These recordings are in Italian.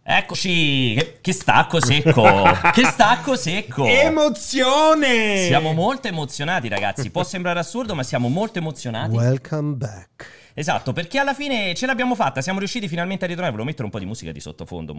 Eccoci, che stacco secco, che stacco secco. Emozione! Siamo molto emozionati, ragazzi. Può sembrare assurdo, ma siamo molto emozionati. Welcome back. Esatto, perché alla fine ce l'abbiamo fatta, siamo riusciti finalmente a ritornare. Volevo mettere un po' di musica di sottofondo,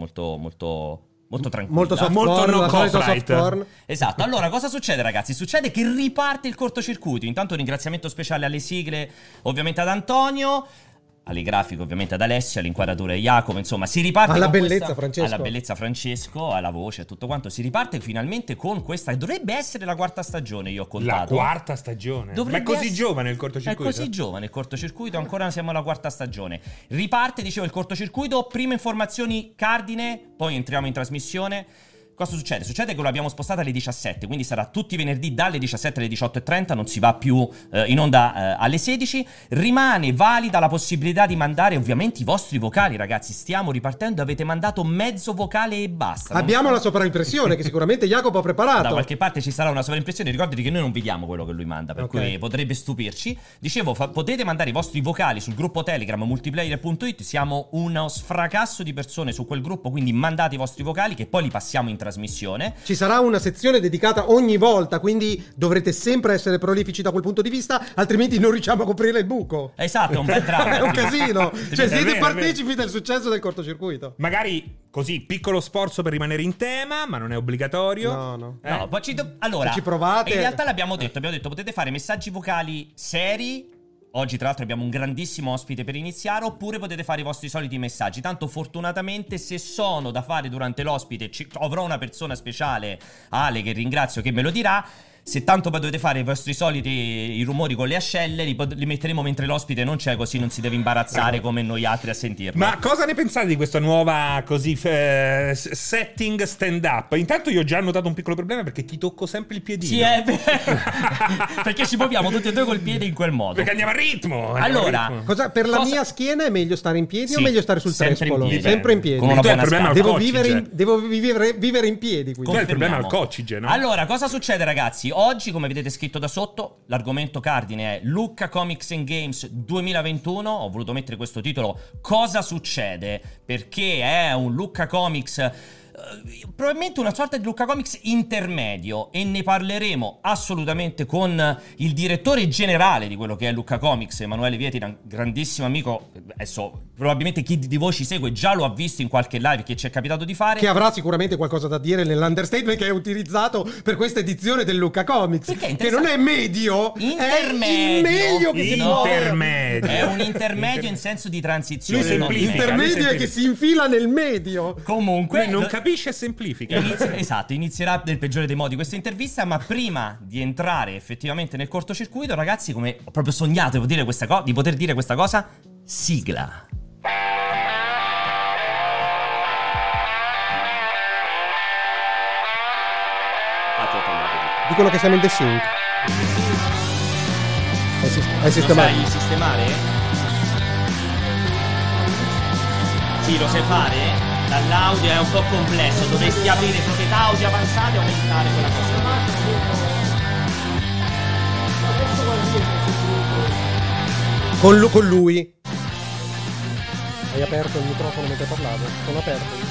molto tranquilla. Molto soft Molto porn, no la solita copyright. soft porn. Esatto, allora cosa succede, ragazzi? Succede che riparte il cortocircuito. Intanto un ringraziamento speciale alle sigle, ovviamente ad Antonio, alle grafiche ovviamente ad Alessia, all'inquadratura di Jacopo, insomma si riparte Alla con bellezza Francesco. alla bellezza Francesco, alla voce e tutto quanto. Si riparte finalmente con questa che dovrebbe essere la quarta stagione, io ho contato. La quarta stagione. Dovrebbe Ma è così essere- giovane il È cortocircuito? così giovane il cortocircuito, ancora siamo alla quarta stagione. Riparte, dicevo, il cortocircuito, prime informazioni cardine, poi entriamo in trasmissione. Cosa succede? Succede che lo abbiamo spostata alle 17, quindi sarà tutti i venerdì dalle 17 alle 18:30, non si va più in onda alle 16. Rimane valida la possibilità di mandare ovviamente i vostri vocali, ragazzi. Stiamo ripartendo, avete mandato mezzo vocale e basta. Abbiamo la sovraimpressione che sicuramente Jacopo ha preparato. Da qualche parte ci sarà una sovraimpressione. Ricordati che noi non vediamo quello che lui manda, per Ok. cui potrebbe stupirci. Dicevo, potete mandare i vostri vocali sul gruppo Telegram multiplayer.it. Siamo uno sfracasso di persone su quel gruppo, quindi mandate i vostri vocali che poi li passiamo in trasmissione. Ci sarà una sezione dedicata ogni volta, quindi dovrete sempre essere prolifici da quel punto di vista, altrimenti non riusciamo a coprire il buco. Esatto, è un bel dramma. È un casino. Cioè, È siete vero, partecipi del successo del cortocircuito. Magari così, piccolo sforzo per rimanere in tema, ma non è obbligatorio. No. No, poi allora, Se ci provate- in realtà abbiamo detto potete fare messaggi vocali seri. Oggi tra l'altro abbiamo un grandissimo ospite per iniziare, oppure potete fare i vostri soliti messaggi. Tanto fortunatamente, se sono da fare durante l'ospite, avrò una persona speciale, Ale, che ringrazio, che me lo dirà. Se tanto poi dovete fare i vostri soliti i rumori con le ascelle, li metteremo mentre l'ospite non c'è, così non si deve imbarazzare come noi altri a sentirlo. Ma cosa ne pensate di questa nuova così setting stand up? Intanto io ho già notato un piccolo problema perché ti tocco sempre il piedino. Sì, è vero. Perché ci muoviamo tutti e due col piede in quel modo. Perché andiamo a ritmo. Allora, Per la mia schiena è meglio stare in piedi Sì, o meglio stare sul sempre in trespolo? piedi. Sempre in piedi. Con una Tu hai buona il problema scala. al Devo coccige. vivere in piedi, quindi. Tu hai il problema al Confermiamo. coccige, no? Allora, cosa succede, ragazzi? Oggi, come vedete scritto da sotto, l'argomento cardine è Lucca Comics and Games 2021. Ho voluto mettere questo titolo. Cosa succede? Perché è un Lucca Comics, probabilmente una sorta di Lucca Comics intermedio, e ne parleremo assolutamente con il direttore generale di quello che è Lucca Comics, Emanuele Vietina, grandissimo amico. Adesso probabilmente chi di voi ci segue già lo ha visto in qualche live che ci è capitato di fare. Che avrà sicuramente qualcosa da dire nell'understatement che è utilizzato per questa edizione del Lucca Comics. Perché è che non è medio, intermedio. è il meglio che si può. Intermedio. È un intermedio in senso di transizione. Lui non di semplifica. mega. Intermedio è che si infila nel medio. Comunque, Non capisce e semplifica. esatto, inizierà nel peggiore dei modi questa intervista. Ma prima di entrare effettivamente nel cortocircuito, ragazzi, come ho proprio sognato di poter dire questa cosa, sigla. Dicono che siamo in The Sync. Hai sistemato? Lo sai sistemare? Sì, lo sai fare? Dall'audio è un po' complesso, dovresti aprire proprietà audio avanzate e aumentare quella cosa. Con lui. Hai aperto il microfono mentre parlavo? Sono aperto.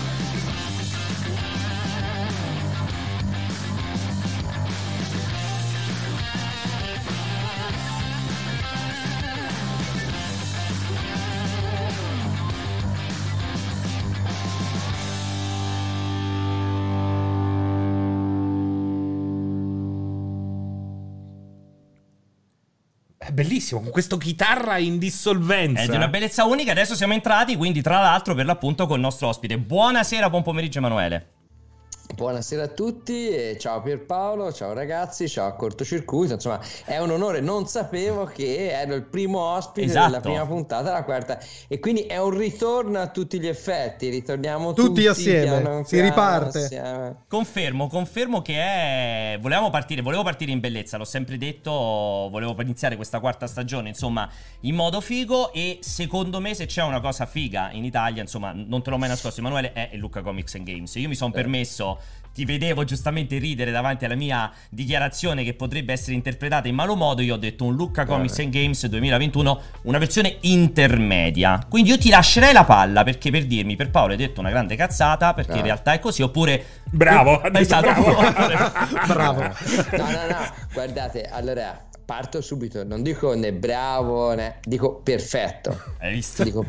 È bellissimo, con questa chitarra in dissolvenza. È di una bellezza unica. Adesso siamo entrati, quindi tra l'altro per l'appunto con il nostro ospite. Buonasera, buon pomeriggio Emanuele. Buonasera a tutti e ciao Pierpaolo, ciao ragazzi, ciao a Cortocircuito. Insomma, è un onore, non sapevo che ero il primo ospite Esatto. della prima puntata, della quarta, e quindi è un ritorno a tutti gli effetti, ritorniamo Tutti assieme, piano si riparte. assieme. Confermo che volevo partire in bellezza, l'ho sempre detto, volevo iniziare questa quarta stagione, insomma, in modo figo. E secondo me, se c'è una cosa figa in Italia, insomma, non te l'ho mai nascosto, Emanuele, è il Lucca Comics and Games. Io mi sono permesso quando ti vedevo giustamente ridere davanti alla mia dichiarazione che potrebbe essere interpretata in malo modo, io ho detto un Lucca Comics and Games 2021, una versione intermedia. Quindi io ti lascerei la palla, perché per dirmi, per Paolo hai detto una grande cazzata, perché in realtà è così, oppure... Bravo, esatto. Bravo. No, guardate, allora parto subito, non dico né bravo né, dico perfetto. Hai visto? Dico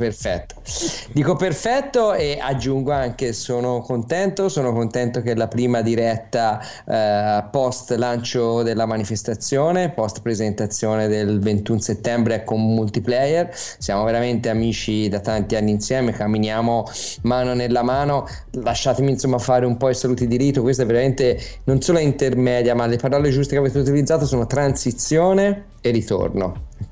perfetto e aggiungo anche sono contento che la prima diretta post lancio della manifestazione, post presentazione del 21 settembre è con multiplayer. Siamo veramente amici da tanti anni insieme, camminiamo mano nella mano. Lasciatemi insomma fare un po' i saluti di rito. Questa è veramente non solo intermedia, ma le parole giuste che avete utilizzato sono transizione e ritorno, ok?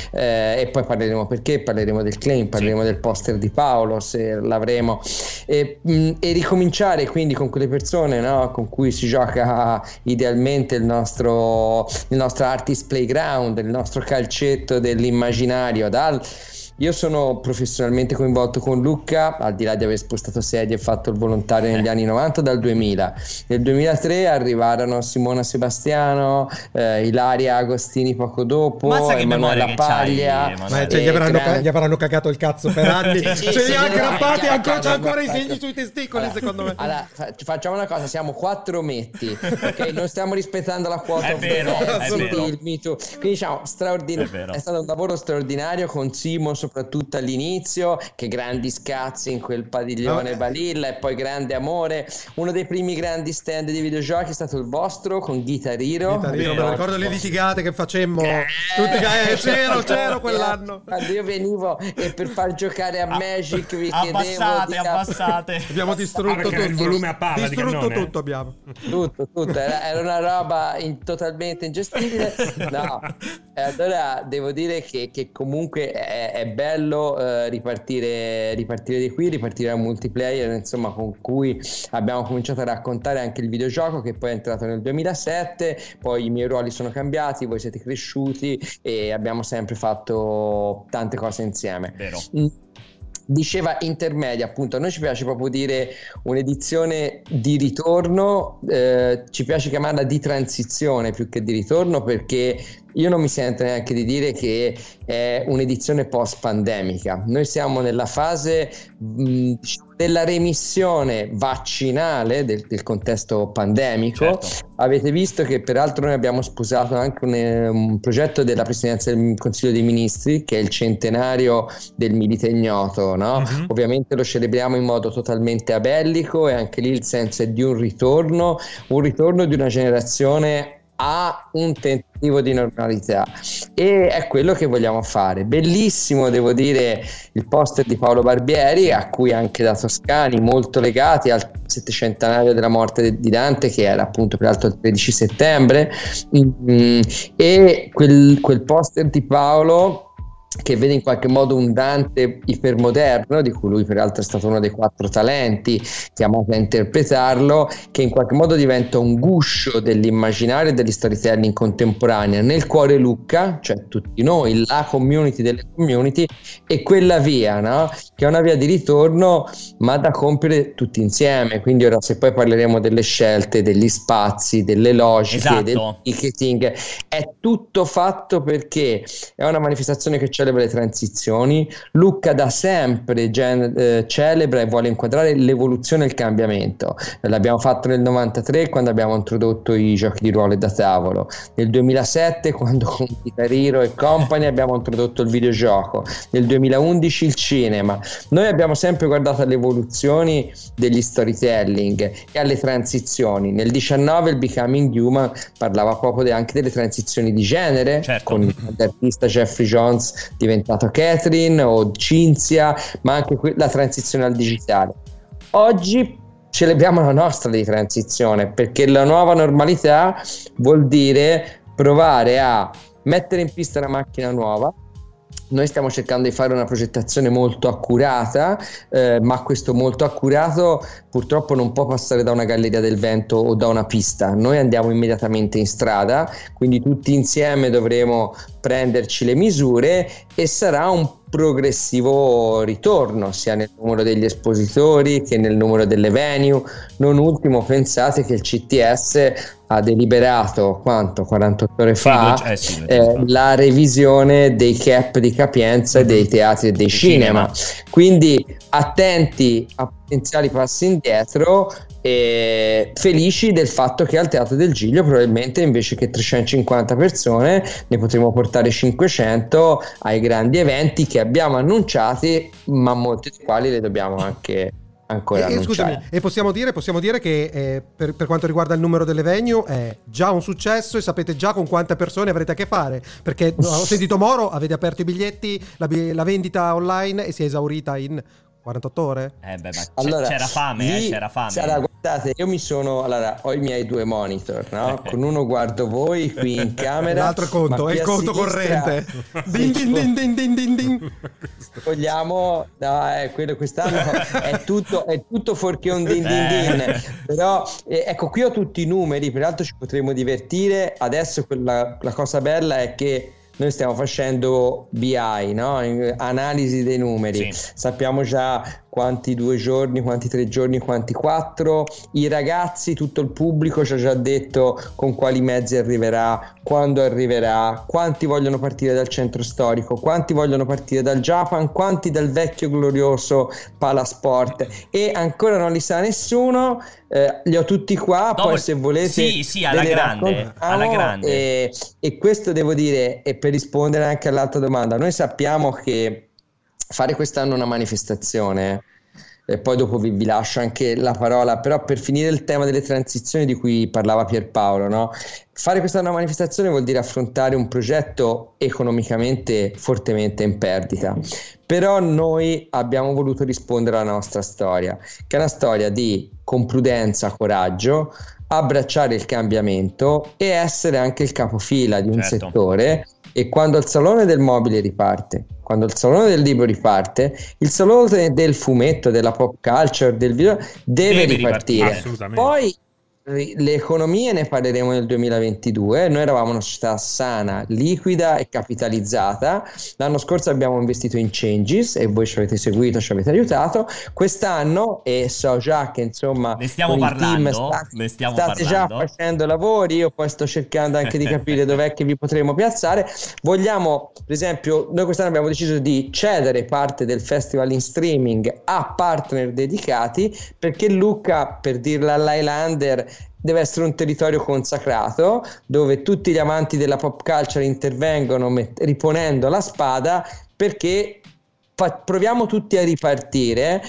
E poi parleremo del claim, parleremo del poster di Paolo se l'avremo, e ricominciare quindi con quelle persone, no, con cui si gioca idealmente il nostro artist playground, il nostro calcetto dell'immaginario. Io sono professionalmente coinvolto con Lucca, al di là di aver spostato sedie e fatto il volontario negli anni 90, dal 2000. Nel 2003 arrivarono Simona Sebastiano, Ilaria Agostini poco dopo, Emanuela Paglia. Gli avranno cagato il cazzo per anni. Ce li ha aggrappati, c'è ancora i segni sui testicoli, secondo me. Allora, facciamo una cosa, siamo 4 metti, ok? Non stiamo rispettando la quota. È vero. Quindi diciamo, straordinario. È stato un lavoro straordinario con Simo, soprattutto all'inizio, che grandi scazzi in quel padiglione Balilla, e poi grande amore. Uno dei primi grandi stand di videogiochi è stato il vostro con Guitar Hero. Me lo ricordo le litigate che facemmo tutti, c'ero quell'anno quando io venivo e per far giocare a Magic vi abbassate. Abbiamo distrutto tutto, il volume a palla tutto abbiamo tutto era una roba totalmente ingestibile. No, allora devo dire che comunque è bello ripartire di qui, ripartire a multiplayer, insomma, con cui abbiamo cominciato a raccontare anche il videogioco, che poi è entrato nel 2007. Poi i miei ruoli sono cambiati, voi siete cresciuti e abbiamo sempre fatto tante cose insieme. Vero. Diceva intermedia, appunto, a noi ci piace proprio dire un'edizione di ritorno, ci piace chiamarla di transizione più che di ritorno, perché io non mi sento neanche di dire che è un'edizione post pandemica. Noi siamo nella fase della remissione vaccinale del contesto pandemico. Certo. Avete visto che peraltro noi abbiamo sposato anche un progetto della Presidenza del Consiglio dei Ministri, che è il centenario del Milite Ignoto, no? Uh-huh. Ovviamente lo celebriamo in modo totalmente abellico, e anche lì il senso è di un ritorno di una generazione a un tentativo di normalità, e è quello che vogliamo fare. Bellissimo, devo dire, il poster di Paolo Barbieri, a cui anche da toscani molto legati al 700° della morte di Dante, che era appunto peraltro il 13 settembre, e quel poster di Paolo che vede in qualche modo un Dante ipermoderno, di cui lui peraltro è stato uno dei 4 talenti chiamato a interpretarlo, che in qualche modo diventa un guscio dell'immaginario e degli storytelling contemporanea. Nel cuore Lucca, cioè tutti noi, la community delle community, e quella via, no? Che è una via di ritorno, ma da compiere tutti insieme. Quindi ora, se poi parleremo delle scelte, degli spazi, delle logiche, esatto, del ticketing, è tutto fatto perché è una manifestazione che celebra le transizioni. Lucca da sempre celebra e vuole inquadrare l'evoluzione e il cambiamento. L'abbiamo fatto nel 93, quando abbiamo introdotto i giochi di ruolo e da tavolo, nel 2007 quando con Guitar Hero e Company abbiamo introdotto il videogioco, nel 2011 il cinema. Noi abbiamo sempre guardato alle evoluzioni degli storytelling e alle transizioni. Nel 19 il Becoming Human parlava proprio anche delle transizioni di genere, certo, con l'artista Jeffrey Jones diventato Catherine o Cinzia, ma anche la transizione al digitale. Oggi celebriamo la nostra di transizione, perché la nuova normalità vuol dire provare a mettere in pista una macchina nuova. Noi stiamo cercando di fare una progettazione molto accurata, ma questo molto accurato purtroppo non può passare da una galleria del vento o da una pista. Noi andiamo immediatamente in strada, quindi tutti insieme dovremo prenderci le misure, e sarà un progressivo ritorno sia nel numero degli espositori che nel numero delle venue. Non ultimo, pensate che il CTS ha deliberato 48 ore fa la revisione dei cap di capienza dei teatri e dei cinema. Quindi attenti a potenziali passi indietro e felici del fatto che al Teatro del Giglio probabilmente invece che 350 persone ne potremo portare 500 ai grandi eventi che abbiamo annunciati, ma molti dei quali le dobbiamo anche ancora annunciare. Scusami, e possiamo dire che per quanto riguarda il numero delle venue è già un successo e sapete già con quante persone avrete a che fare, perché ho sentito Moro, avete aperto i biglietti, la vendita online e si è esaurita in 48 ore? Ma allora, c'era fame, c'era fame. Guardate, io ho i miei 2 monitor, no? Con uno guardo voi qui in camera, l'altro conto, è il conto corrente. Din din din din din din din. Vogliamo, quello quest'anno è tutto fuorché un din din din. Però ecco, qui ho tutti i numeri, peraltro ci potremo divertire. Adesso la cosa bella è che noi stiamo facendo BI, no? Analisi dei numeri. Sì. Sappiamo già quanti 2 giorni, quanti 3 giorni, quanti 4. I ragazzi, tutto il pubblico ci ha già detto con quali mezzi arriverà, quando arriverà, quanti vogliono partire dal centro storico, quanti vogliono partire dal Japan, quanti dal vecchio glorioso Palasport, e ancora non li sa nessuno. Li ho tutti qua. Poi se volete sì, alla grande. E questo devo dire, e per rispondere anche all'altra domanda, noi sappiamo che fare quest'anno una manifestazione, e poi dopo vi lascio anche la parola, però per finire il tema delle transizioni di cui parlava Pierpaolo, no? Fare quest'anno una manifestazione vuol dire affrontare un progetto economicamente fortemente in perdita, però noi abbiamo voluto rispondere alla nostra storia, che è una storia di con prudenza, coraggio, abbracciare il cambiamento e essere anche il capofila di un settore. E quando il Salone del Mobile riparte, quando il Salone del Libro riparte, il Salone del Fumetto, della Pop Culture, del video deve ripartire. Poi le economie ne parleremo nel 2022. Noi eravamo una società sana, liquida e capitalizzata. L'anno scorso abbiamo investito in Changes e voi ci avete seguito, ci avete aiutato. Quest'anno, e so già che insomma ne stiamo parlando, state già facendo lavori, io poi sto cercando anche di capire dov'è che vi potremo piazzare. Vogliamo, per esempio, noi quest'anno abbiamo deciso di cedere parte del festival in streaming a partner dedicati, perché Lucca, per dirla all'Highlander, deve essere un territorio consacrato dove tutti gli amanti della pop culture intervengono riponendo la spada, perché proviamo tutti a ripartire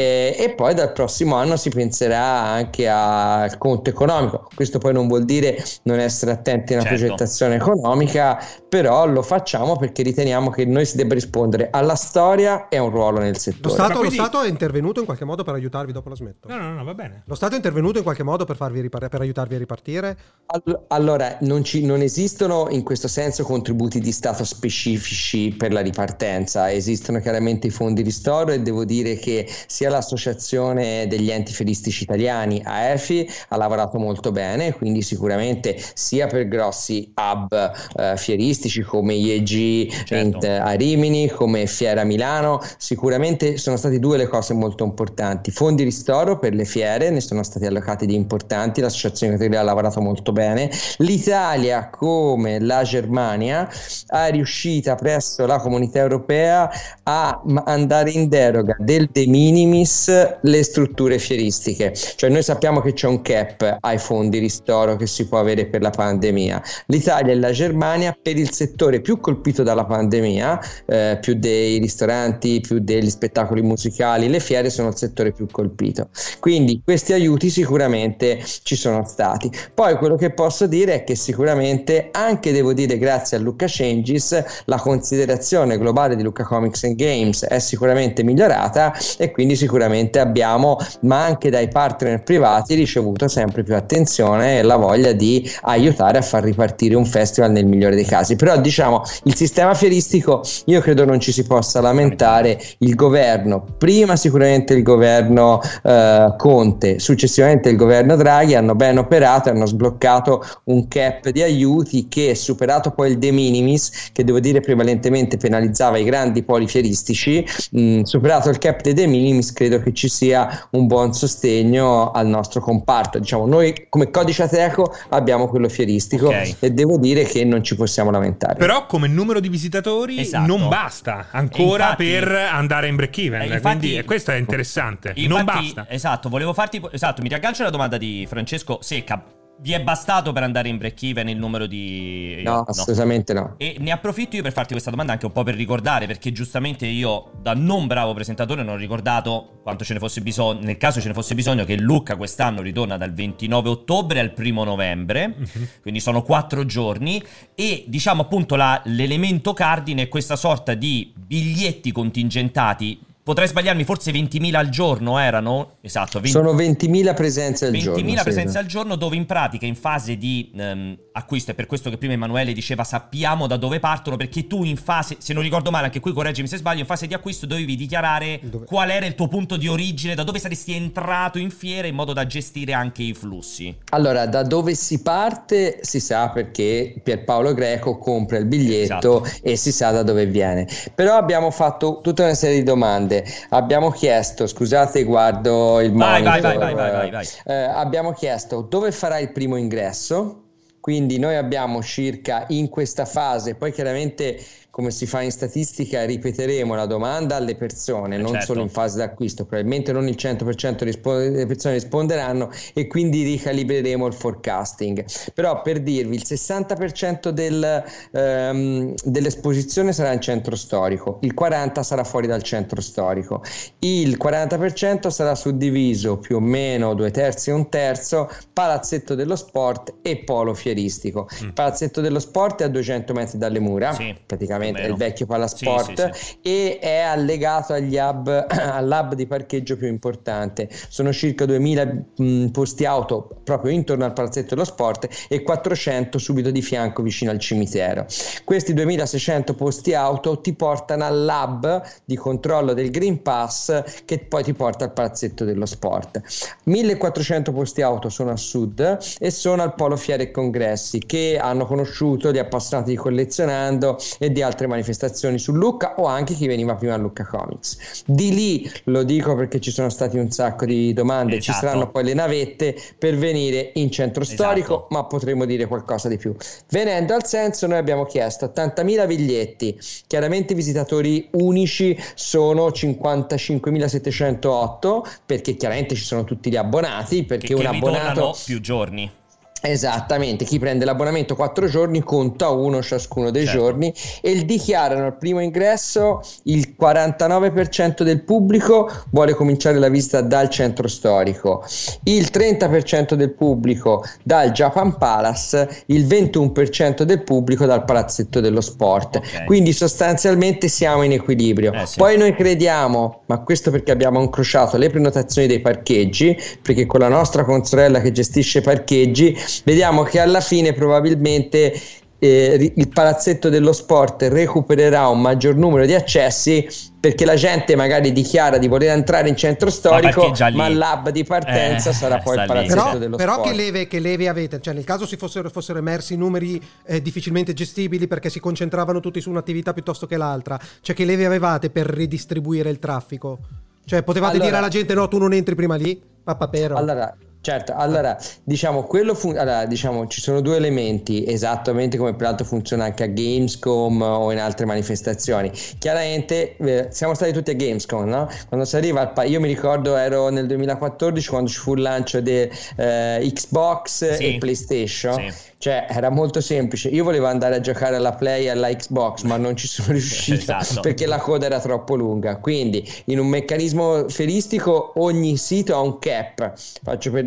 e poi dal prossimo anno si penserà anche al conto economico. Questo poi non vuol dire non essere attenti a una progettazione economica, però lo facciamo perché riteniamo che noi si debba rispondere alla storia e a un ruolo nel settore. Lo Stato è intervenuto in qualche modo per aiutarvi? Dopo la smetto. No, va bene. Lo Stato è intervenuto in qualche modo per aiutarvi a ripartire? Allora, non esistono in questo senso contributi di Stato specifici per la ripartenza. Esistono chiaramente i fondi ristoro, e devo dire che sia l'Associazione degli Enti Fieristici Italiani, AEFI, ha lavorato molto bene, quindi sicuramente sia per grossi hub fieristici come IEG a Rimini, come Fiera Milano, sicuramente sono stati 2 le cose molto importanti. Fondi ristoro per le fiere, ne sono stati allocati di importanti, l'Associazione Italiana ha lavorato molto bene. L'Italia, come la Germania, è riuscita presso la Comunità Europea a andare in deroga del de minimis le strutture fieristiche, cioè noi sappiamo che c'è un cap ai fondi ristoro che si può avere per la pandemia. L'Italia e la Germania, per il settore più colpito dalla pandemia, più dei ristoranti, più degli spettacoli musicali, le fiere sono il settore più colpito, quindi questi aiuti sicuramente ci sono stati. Poi quello che posso dire è che sicuramente, anche devo dire grazie a Lucca Changes, la considerazione globale di Lucca Comics and Games Games è sicuramente migliorata, e quindi sicuramente abbiamo, ma anche dai partner privati, ricevuto sempre più attenzione e la voglia di aiutare a far ripartire un festival nel migliore dei casi. Però diciamo, il sistema fieristico, io credo non ci si possa lamentare. Il governo, prima sicuramente il governo Conte, successivamente il governo Draghi, hanno ben operato, hanno sbloccato un cap di aiuti che, superato poi il de minimis, che devo dire prevalentemente penalizzava i grandi poli fieristici, superato il cap dei de minimis, credo che ci sia un buon sostegno al nostro comparto. Diciamo, noi come Codice Ateco abbiamo quello fieristico, e devo dire che non ci possiamo lamentare. Però come numero di visitatori non basta ancora, infatti, per andare in break even, quindi questo è interessante. Non basta. Esatto, mi riaggancio alla domanda di Francesco Secca. Vi è bastato per andare in break even il numero di... No, assolutamente no. E ne approfitto io per farti questa domanda anche un po' per ricordare, perché giustamente io, da non bravo presentatore, non ho ricordato quanto ce ne fosse bisogno, nel caso ce ne fosse bisogno, che Lucca quest'anno ritorna dal 29 ottobre al 1 novembre, quindi sono 4 giorni, e diciamo appunto l'elemento cardine è questa sorta di biglietti contingentati. Potrei sbagliarmi, forse 20.000 al giorno erano? Esatto. Sono 20.000 presenze al giorno. 20.000 presenze al giorno, dove in pratica in fase di acquisto, è per questo che prima Emanuele diceva sappiamo da dove partono, perché tu in fase, se non ricordo male, anche qui correggimi se sbaglio, in fase di acquisto dovevi dichiarare qual era il tuo punto di origine, da dove saresti entrato in fiera, in modo da gestire anche i flussi. Allora, da dove si parte si sa, perché Pierpaolo Greco compra il biglietto, esatto, e si sa da dove viene. Però abbiamo fatto tutta una serie di domande. Abbiamo chiesto, scusate, guardo il monitor. Vai. Abbiamo chiesto dove farà il primo ingresso. Quindi noi abbiamo circa in questa fase, poi chiaramente come si fa in statistica ripeteremo la domanda alle persone, non solo in fase d'acquisto, probabilmente non il 100% delle persone risponderanno, e quindi ricalibreremo il forecasting. Però per dirvi, il 60% dell'esposizione sarà in centro storico, il 40% sarà fuori dal centro storico, il 40% sarà suddiviso più o meno 2/3 e 1/3 palazzetto dello sport e polo fieristico. Il palazzetto dello sport è a 200 metri dalle mura, praticamente è il vecchio Palasport, sì. E è allegato all'hub di parcheggio più importante. Sono circa 2000 posti auto proprio intorno al palazzetto dello sport e 400 subito di fianco vicino al cimitero. Questi 2600 posti auto ti portano all'hub di controllo del Green Pass, che poi ti porta al palazzetto dello sport. 1400 posti auto sono a sud e sono al Polo Fiere e Congressi, che hanno conosciuto gli appassionati di collezionando e di altre manifestazioni su Lucca, o anche chi veniva prima a Lucca Comics. Di lì, lo dico perché ci sono stati un sacco di domande, ci saranno poi le navette per venire in centro storico, ma potremo dire qualcosa di più. Venendo al senso, noi abbiamo chiesto 80.000 biglietti, chiaramente visitatori unici sono 55.708, perché chiaramente ci sono tutti gli abbonati, perché un abbonato più giorni. Esattamente, chi prende l'abbonamento 4 giorni conta uno ciascuno dei giorni, e dichiarano al primo ingresso il 49% del pubblico vuole cominciare la visita dal centro storico, il 30% del pubblico dal Japan Palace, il 21% del pubblico dal palazzetto dello sport. Quindi sostanzialmente siamo in equilibrio. Poi noi crediamo, ma questo perché abbiamo incrociato le prenotazioni dei parcheggi, perché con la nostra consorella che gestisce parcheggi vediamo che alla fine probabilmente il palazzetto dello sport recupererà un maggior numero di accessi, perché la gente magari dichiara di voler entrare in centro storico, ma l'hub di partenza sarà poi il palazzetto dello sport. Però che leve avete? Cioè, nel caso fossero emersi numeri difficilmente gestibili perché si concentravano tutti su un'attività piuttosto che l'altra, cioè che leve avevate per ridistribuire il traffico? Cioè potevate dire alla gente no, tu non entri prima lì? Papapero. Allora, diciamo, diciamo, ci sono due elementi, esattamente come peraltro funziona anche a Gamescom o in altre manifestazioni. Chiaramente siamo stati tutti a Gamescom, no? Quando si arriva io mi ricordo ero nel 2014 quando ci fu il lancio di Xbox e PlayStation. Cioè era molto semplice, io volevo andare a giocare alla Play e alla Xbox, ma non ci sono riuscito perché la coda era troppo lunga. Quindi in un meccanismo fieristico ogni sito ha un cap. Faccio per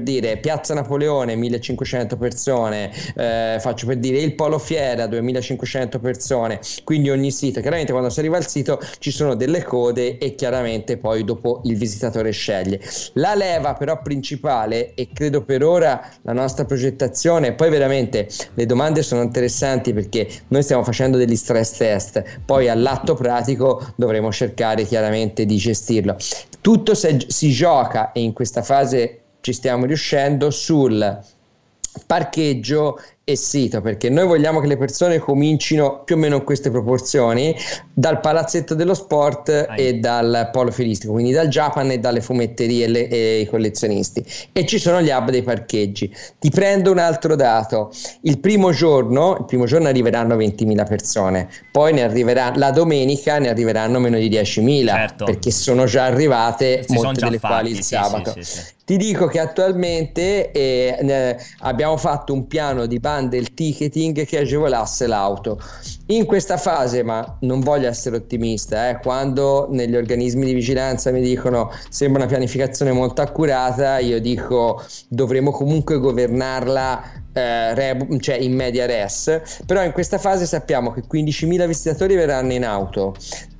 dire Piazza Napoleone 1500 persone, faccio per dire il Polo Fiera 2500 persone, quindi ogni sito, chiaramente quando si arriva al sito ci sono delle code e chiaramente poi dopo il visitatore sceglie. La leva però principale, e credo per ora la nostra progettazione, poi veramente le domande sono interessanti perché noi stiamo facendo degli stress test, poi all'atto pratico dovremo cercare chiaramente di gestirlo. Tutto si gioca, e in questa fase ci stiamo riuscendo, sul parcheggio e sito, perché noi vogliamo che le persone comincino più o meno in queste proporzioni, dal palazzetto dello sport e dal polo fieristico, quindi dal Japan e dalle fumetterie e i collezionisti, e ci sono gli hub dei parcheggi. Ti prendo un altro dato: il primo giorno arriveranno 20.000 persone, poi la domenica ne arriveranno meno di 10.000, certo, perché sono già arrivate, molte delle quali il sabato. Sì. Ti dico che attualmente abbiamo fatto un piano di bundle ticketing che agevolasse l'auto. In questa fase, ma non voglio essere ottimista, quando negli organismi di vigilanza mi dicono sembra una pianificazione molto accurata, io dico dovremo comunque governarla cioè in media res, però in questa fase sappiamo che 15.000 visitatori verranno in auto,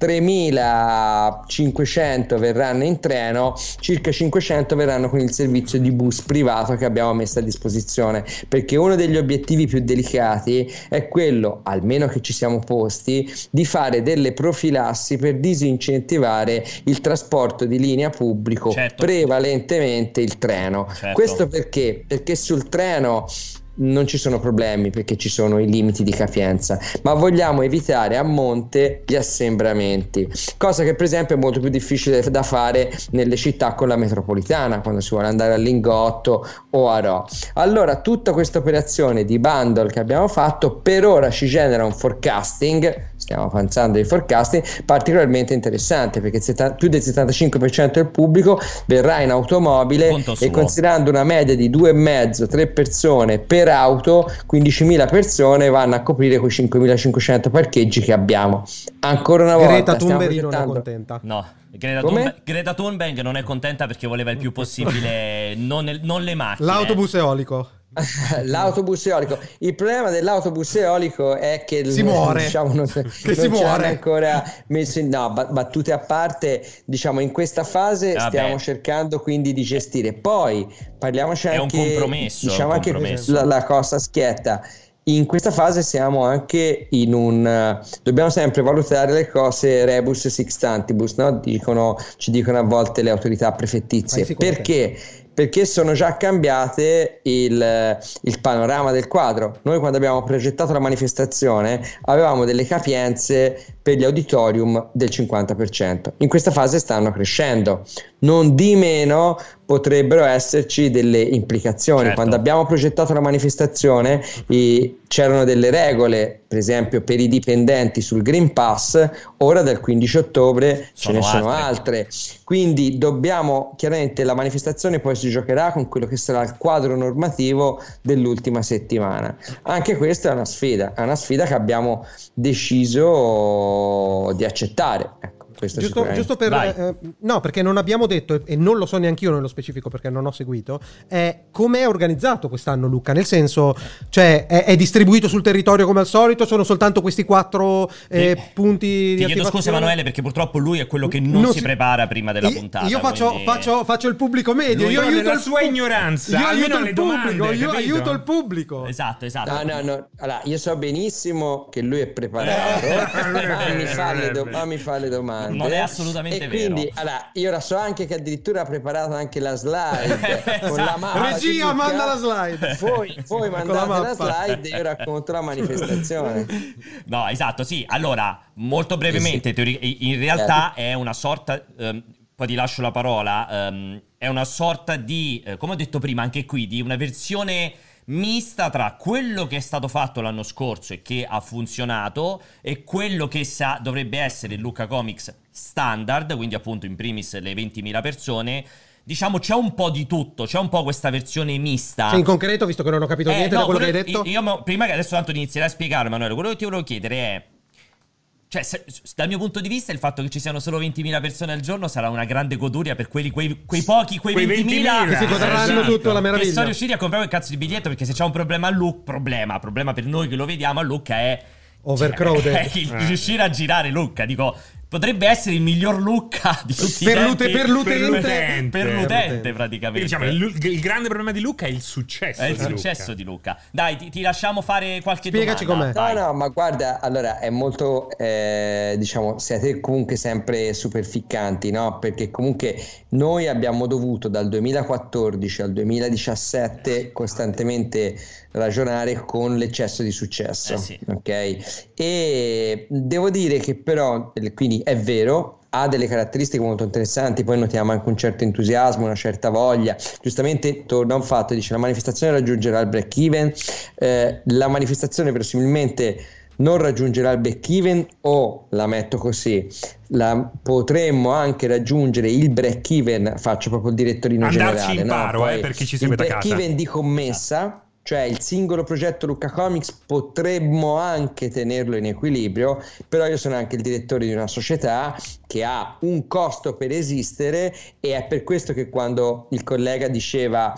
3.500 verranno in treno, circa 500 verranno con il servizio di bus privato che abbiamo messo a disposizione, perché uno degli obiettivi più delicati è quello, almeno che ci siamo posti, di fare delle profilassi per disincentivare il trasporto di linea pubblico, certo, prevalentemente il treno. Certo. Questo perché sul treno non ci sono problemi, perché ci sono i limiti di capienza, ma vogliamo evitare a monte gli assembramenti, cosa che per esempio è molto più difficile da fare nelle città con la metropolitana, quando si vuole andare a Lingotto o a Rho. Allora tutta questa operazione di bundle che abbiamo fatto per ora ci genera un forecasting, stiamo avanzando il forecasting, particolarmente interessante, perché più del 75% del pubblico verrà in automobile, e considerando una media di 2,5-3 persone per auto, 15.000 persone vanno a coprire quei 5.500 parcheggi che abbiamo. Ancora una volta Greta Thunberg non è contenta. No, Greta Thunberg non è contenta perché voleva il più possibile non le macchine. L'autobus eolico. L'autobus eolico. Il problema dell'autobus eolico è che si muore, diciamo, non si muore ancora messo in... No, battute a parte, diciamo in questa fase stiamo cercando quindi di gestire. Poi parliamoci anche, è un compromesso, diciamo anche la cosa schietta. In questa fase siamo anche dobbiamo sempre valutare le cose rebus sixtantibus, no? Ci dicono a volte le autorità prefettizie. Perché sono già cambiate il panorama del quadro. Noi quando abbiamo progettato la manifestazione avevamo delle capienze per gli auditorium del 50%. In questa fase stanno crescendo. Non di meno potrebbero esserci delle implicazioni. Certo. Quando abbiamo progettato la manifestazione c'erano delle regole, per esempio per i dipendenti sul Green Pass, ora dal 15 ottobre ce ne sono altre. Quindi chiaramente la manifestazione poi si giocherà con quello che sarà il quadro normativo dell'ultima settimana. Anche questa è una sfida che abbiamo deciso di accettare. Giusto per no, perché non abbiamo detto, e non lo so neanche io nello specifico perché non ho seguito, come è organizzato quest'anno, Luca, nel senso, cioè è distribuito sul territorio come al solito, sono soltanto questi 4 punti di attivazione? Ti chiedo scusa Emanuele, perché purtroppo lui è quello che non si prepara prima della puntata. Io faccio il pubblico medio, io aiuto la sua ignoranza, io aiuto il pubblico, io aiuto il pubblico. Esatto. No. Allora, io so benissimo che lui è preparato, ma mi fa le domande. Non è assolutamente vero. Quindi, io ora so anche che addirittura ha preparato anche la slide con la mappa. Regia, manda la slide. Voi mandate la slide e io racconto la manifestazione. No, esatto, sì. Allora, molto brevemente, in realtà è una sorta... poi ti lascio la parola. È una sorta di, come ho detto prima, anche qui, di una versione mista tra quello che è stato fatto l'anno scorso e che ha funzionato e quello che dovrebbe essere il Lucca Comics standard, quindi appunto in primis le 20.000 persone. Diciamo c'è un po' di tutto, c'è un po' questa versione mista. Cioè, in concreto, visto che non ho capito niente da quello che hai detto, io prima che adesso tanto inizierai a spiegare, Emanuele, quello che ti volevo chiedere è: Cioè, dal mio punto di vista, il fatto che ci siano solo 20.000 persone al giorno sarà una grande goduria per quei 20.000 che si godranno tutto la meraviglia. Che sono riusciti a comprare quel cazzo di biglietto, perché se c'è un problema a Lucca, problema per noi che lo vediamo a Lucca è overcrowded. Riuscire a girare Lucca, dico. Potrebbe essere il miglior Lucca di tutti i tempi per l'utente praticamente. Diciamo, il grande problema di Lucca è il successo. È il successo di Lucca. Dai, ti lasciamo fare qualche Spiegaci domanda. com'è. No, ma guarda, allora è molto, diciamo, siete comunque sempre super ficcanti, no? Perché comunque noi abbiamo dovuto dal 2014 al 2017 costantemente ragionare con l'eccesso di successo, sì. ok? E devo dire che però, quindi è vero, ha delle caratteristiche molto interessanti, poi notiamo anche un certo entusiasmo, una certa voglia. Giustamente torna a un fatto, dice la manifestazione raggiungerà il break even, la manifestazione verosimilmente non raggiungerà il break even, o la metto così, potremmo anche raggiungere il break even, faccio proprio il direttorino andarci generale, in paro, Poi per chi ci segue da casa, il break even di commessa, cioè il singolo progetto Lucca Comics potremmo anche tenerlo in equilibrio, però io sono anche il direttore di una società che ha un costo per esistere, e è per questo che quando il collega diceva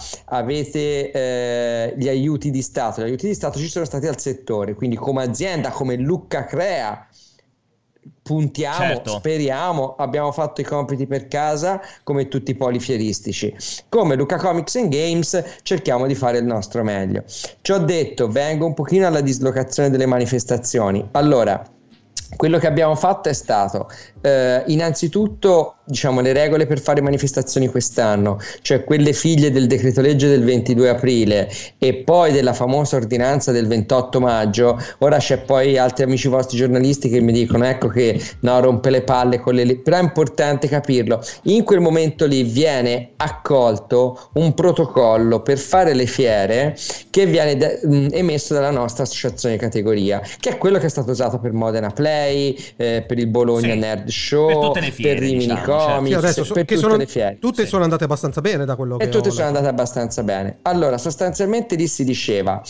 avete gli aiuti di Stato ci sono stati al settore, quindi come azienda, come Lucca Crea puntiamo, certo. Speriamo, abbiamo fatto i compiti per casa come tutti i poli fieristici. Come Lucca Comics and Games cerchiamo di fare il nostro meglio. Ci ho detto, vengo un pochino alla dislocazione delle manifestazioni. Allora, quello che abbiamo fatto è stato innanzitutto, diciamo, le regole per fare manifestazioni quest'anno, cioè quelle figlie del decreto legge del 22 aprile e poi della famosa ordinanza del 28 maggio. Ora c'è poi altri amici vostri giornalisti che mi dicono ecco che no, rompe le palle con però è importante capirlo. In quel momento lì viene accolto un protocollo per fare le fiere che viene emesso dalla nostra associazione di categoria, che è quello che è stato usato per Modena Play, per il Bologna Nerd Show, per tutte le fiere, per Rimini diciamo, Comics, adesso, per che tutte le fiere. Tutte sono andate abbastanza bene da quello che tutte sono andate abbastanza bene. Allora, sostanzialmente lì si diceva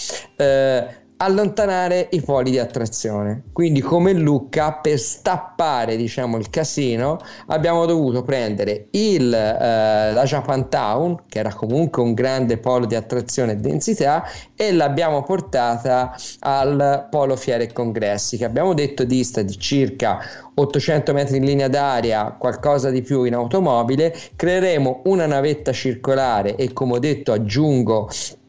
allontanare i poli di attrazione, quindi come Lucca, per stappare, diciamo, il casino, abbiamo dovuto prendere la Japantown, che era comunque un grande polo di attrazione e densità, e l'abbiamo portata al polo fiere e congressi, che abbiamo detto dista di circa 800 metri in linea d'aria, qualcosa di più in automobile. Creeremo una navetta circolare e, come ho detto, aggiungo,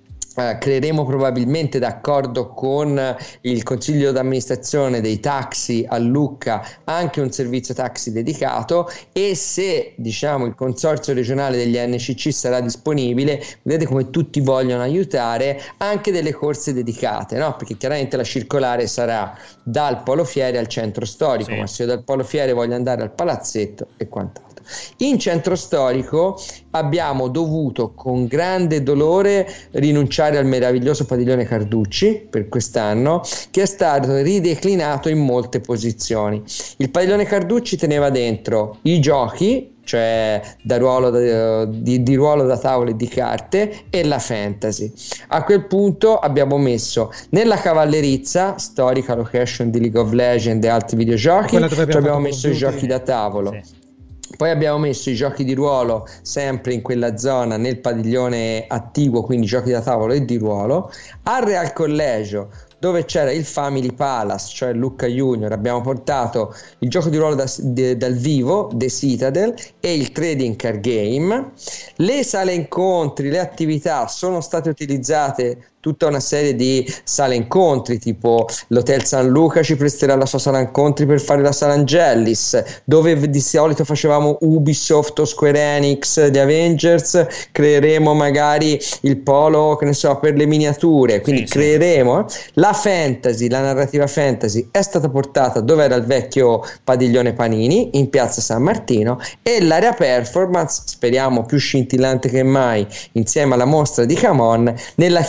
creeremo probabilmente, d'accordo con il consiglio d'amministrazione dei taxi a Lucca, anche un servizio taxi dedicato, e se, diciamo, il consorzio regionale degli NCC sarà disponibile, vedete come tutti vogliono aiutare, anche delle corse dedicate, no? Perché chiaramente la circolare sarà dal Polo Fiere al centro storico, sì. Ma se io dal Polo Fiere voglio andare al palazzetto e quant'altro. In centro storico abbiamo dovuto con grande dolore rinunciare al meraviglioso padiglione Carducci per quest'anno, che è stato rideclinato in molte posizioni. Il padiglione Carducci teneva dentro i giochi, cioè da ruolo di ruolo da tavola e di carte, e la fantasy. A quel punto abbiamo messo nella cavallerizza, storica location di League of Legends e altri videogiochi, abbiamo messo i giochi da tavolo. Sì. Poi abbiamo messo i giochi di ruolo sempre in quella zona, nel padiglione attiguo, quindi giochi da tavolo e di ruolo. Al Real Collegio, dove c'era il Family Palace, cioè Lucca Junior, abbiamo portato il gioco di ruolo dal vivo, The Citadel, e il Trading Card Game. Le sale incontri, le attività sono state utilizzate, tutta una serie di sale incontri, tipo l'Hotel San Luca ci presterà la sua sala incontri per fare la sala Angelis, dove di solito facevamo Ubisoft o Square Enix di Avengers, creeremo magari il polo, che ne so, per le miniature, quindi creeremo la fantasy, la narrativa fantasy è stata portata dove era il vecchio padiglione Panini, in piazza San Martino, e l'area performance, speriamo più scintillante che mai, insieme alla mostra di Camon, nella chiesa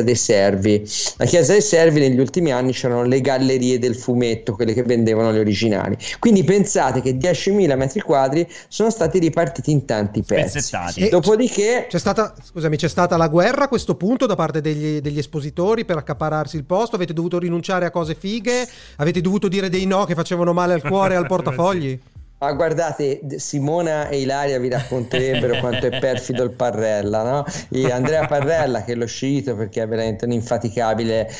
dei Servi. La Chiesa dei Servi negli ultimi anni c'erano le gallerie del fumetto, quelle che vendevano le originali. Quindi pensate che 10.000 metri quadri sono stati ripartiti in tanti pezzi. Dopodiché c'è stata la guerra a questo punto da parte degli espositori per accaparrarsi il posto. Avete dovuto rinunciare a cose fighe? Avete dovuto dire dei no che facevano male al cuore e al portafogli? Ma guardate, Simona e Ilaria vi racconterebbero quanto è perfido il Parrella, no? E Andrea Parrella, che l'ho scelto perché è veramente un infaticabile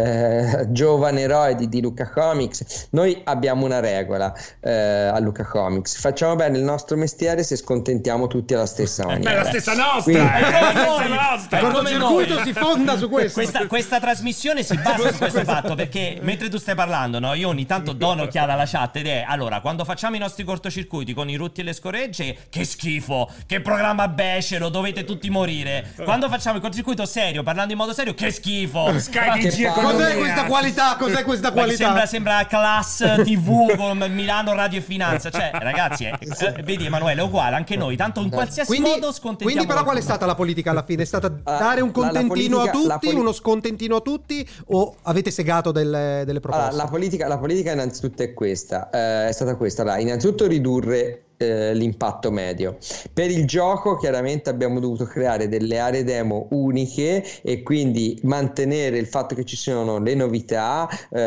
giovane eroe di Lucca Comics. Noi abbiamo una regola a Lucca Comics: facciamo bene il nostro mestiere se scontentiamo tutti alla stessa maniera. È la stessa nostra! Il cortocircuito si fonda su questo. Questa trasmissione si basa su questo fatto, perché mentre tu stai parlando, no, io ogni tanto do un'occhiata alla chat ed è: allora, quando facciamo i nostri cortocircuiti con i rutti e le scoregge, che schifo, che programma becero, dovete tutti morire. Quando facciamo il cortocircuito serio, parlando in modo serio, che schifo. Cos'è questa qualità? Cos'è questa qualità? Sembra Class TV con Milano Radio e Finanza. Cioè, ragazzi, vedi Emanuele, è uguale, anche noi, tanto in qualsiasi modo scontentiamo. Quindi però qual è stata la politica alla fine? È stata dare un contentino a tutti, uno scontentino a tutti, o avete segato delle proposte? Allora, la politica innanzitutto è questa, è stata questa. Allora, innanzitutto ridurre l'impatto medio. Per il gioco chiaramente abbiamo dovuto creare delle aree demo uniche e quindi mantenere il fatto che ci siano le novità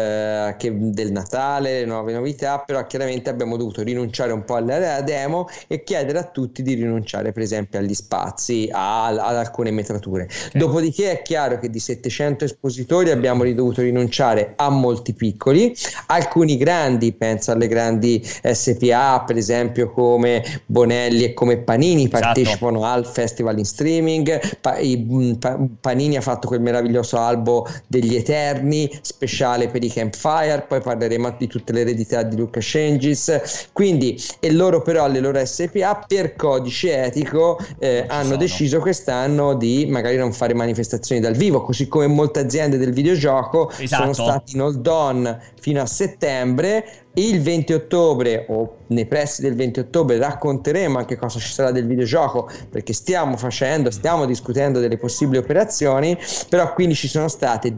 del Natale, le nuove novità, però chiaramente abbiamo dovuto rinunciare un po' all'area demo e chiedere a tutti di rinunciare per esempio agli spazi, ad alcune metrature. Dopodiché è chiaro che di 700 espositori abbiamo dovuto rinunciare a molti piccoli, alcuni grandi, penso alle grandi SPA per esempio come Bonelli e come Panini partecipano al festival in streaming. Panini ha fatto quel meraviglioso albo degli Eterni speciale per i Campfire, poi parleremo di tutte le eredità di Lucas Changes, quindi, e loro però le loro SPA per codice etico hanno deciso quest'anno di magari non fare manifestazioni dal vivo, così come molte aziende del videogioco sono stati in hold on fino a settembre. Il 20 ottobre o nei pressi del 20 ottobre racconteremo anche cosa ci sarà del videogioco, perché stiamo discutendo delle possibili operazioni, però quindi ci sono state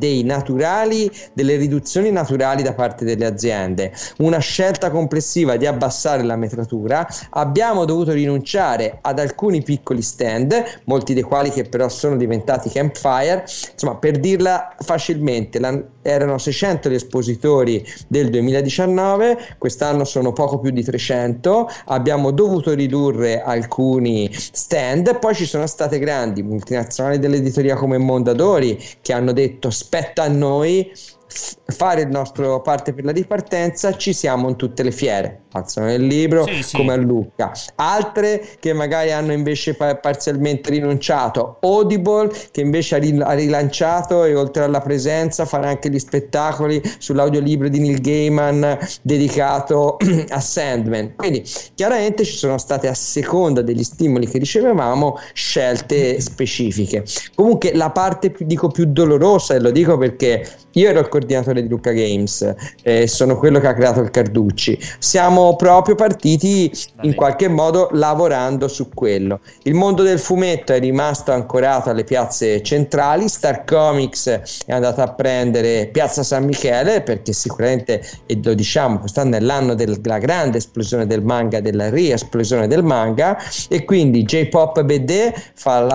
delle riduzioni naturali da parte delle aziende, una scelta complessiva di abbassare la metratura. Abbiamo dovuto rinunciare ad alcuni piccoli stand, molti dei quali che però sono diventati Campfire. Insomma, per dirla facilmente, erano 600 gli espositori del 2019, quest'anno sono poco più di 300, abbiamo dovuto ridurre alcuni stand, poi ci sono state grandi multinazionali dell'editoria come Mondadori che hanno detto spetta a noi fare il nostro parte per la ripartenza, ci siamo in tutte le fiere, alzano nel libro come a Lucca. Altre che magari hanno invece parzialmente rinunciato, Audible che invece ha rilanciato e oltre alla presenza farà anche gli spettacoli sull'audiolibro di Neil Gaiman dedicato a Sandman. Quindi chiaramente ci sono state, a seconda degli stimoli che ricevevamo, scelte specifiche. Comunque la parte più dolorosa, e lo dico perché io ero il coordinatore di Lucca Games, sono quello che ha creato il Carducci. Siamo proprio partiti in qualche modo lavorando su quello. Il mondo del fumetto è rimasto ancorato alle piazze centrali. Star Comics è andata a prendere Piazza San Michele perché sicuramente, e lo diciamo, quest'anno è l'anno della grande esplosione del manga, della riesplosione del manga, e quindi J-Pop BD farà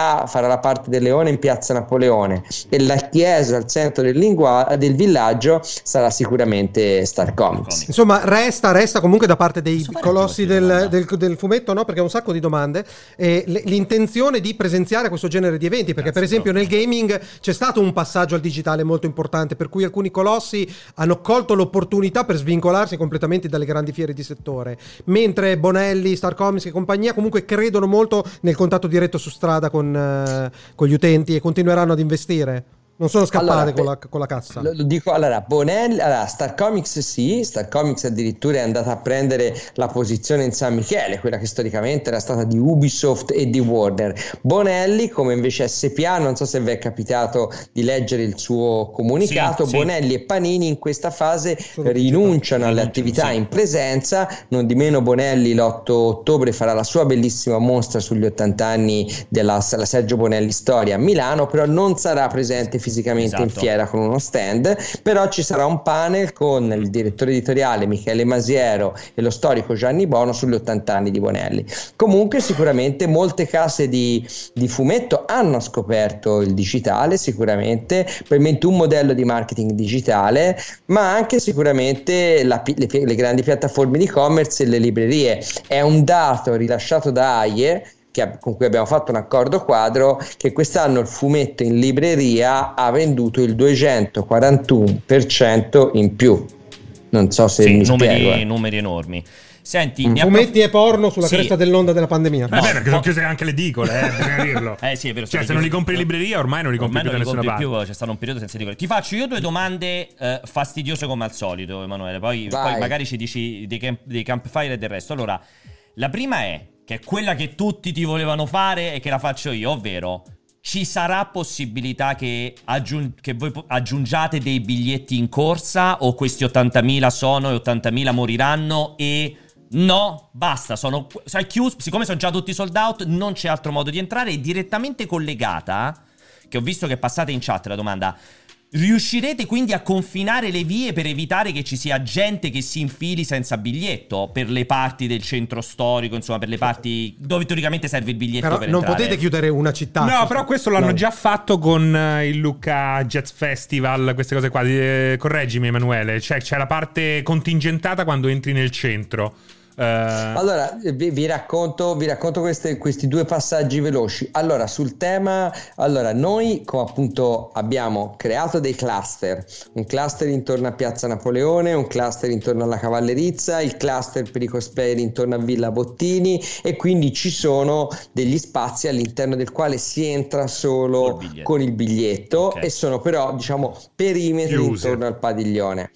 la parte del leone in Piazza Napoleone e la chiesa al centro del villaggio sarà sicuramente Star Comics. Insomma, resta comunque da parte dei colossi del fumetto, no? Perché ha un sacco di domande, l'intenzione di presenziare questo genere di eventi, perché per esempio nel gaming c'è stato un passaggio al digitale molto importante, per cui alcuni colossi hanno colto l'opportunità per svincolarsi completamente dalle grandi fiere di settore, mentre Bonelli, Star Comics e compagnia comunque credono molto nel contatto diretto su strada con gli utenti e continueranno ad investire. Non sono scappate con la cassa. Lo dico, Bonelli, Star Comics Star Comics addirittura è andata a prendere la posizione in San Michele, quella che storicamente era stata di Ubisoft e di Warner. Bonelli, come invece SPA, non so se vi è capitato di leggere il suo comunicato, Bonelli e Panini in questa fase rinunciano alle attività in presenza. Non di meno Bonelli l'8 ottobre farà la sua bellissima mostra sugli 80 anni della Sergio Bonelli Storia a Milano, però non sarà presente fisicamente in Esatto. fiera con uno stand, però ci sarà un panel con il direttore editoriale Michele Masiero e lo storico Gianni Bono sugli 80 anni di Bonelli. Comunque sicuramente molte case di fumetto hanno scoperto il digitale, sicuramente probabilmente un modello di marketing digitale, ma anche sicuramente le grandi piattaforme di e-commerce e le librerie. È un dato rilasciato da AIE con cui abbiamo fatto un accordo quadro, che quest'anno il fumetto in libreria ha venduto il 241% in più. Non so se mi spiego. Numeri enormi. Senti, fumetti e porno sulla Sì. cresta dell'onda della pandemia. È vero, perché sono chiuse anche le edicole, bisogna dirlo. Sì, è vero. Cioè, se non li compri in libreria, ormai non li compri più da nessuna parte. C'è stato un periodo senza edicole. Ti faccio io 2 domande fastidiose come al solito, Emanuele. Poi magari ci dici dei campfire e del resto. Allora, la prima è, che è quella che tutti ti volevano fare e che la faccio io, ovvero: ci sarà possibilità che voi aggiungiate dei biglietti in corsa, o questi 80.000 sono e 80.000 moriranno e no, basta, sono chiusi, siccome sono già tutti sold out, non c'è altro modo di entrare? E direttamente collegata, che ho visto che passate in chat la domanda: riuscirete quindi a confinare le vie per evitare che ci sia gente che si infili senza biglietto per le parti del centro storico, insomma per le parti dove teoricamente serve il biglietto Però per non entrare? potete chiudere una città. No, però questo l'hanno già fatto con il Lucca Jazz Festival, queste cose qua. Correggimi, Emanuele, cioè c'è la parte contingentata quando entri nel centro. Allora vi racconto questi 2 passaggi veloci. Allora, sul tema, noi come appunto abbiamo creato dei cluster, un cluster intorno a Piazza Napoleone, un cluster intorno alla Cavallerizza, il cluster per i cosplayer intorno a Villa Bottini, e quindi ci sono degli spazi all'interno del quale si entra solo con il biglietto, okay. E sono però, diciamo, perimetri intorno al padiglione.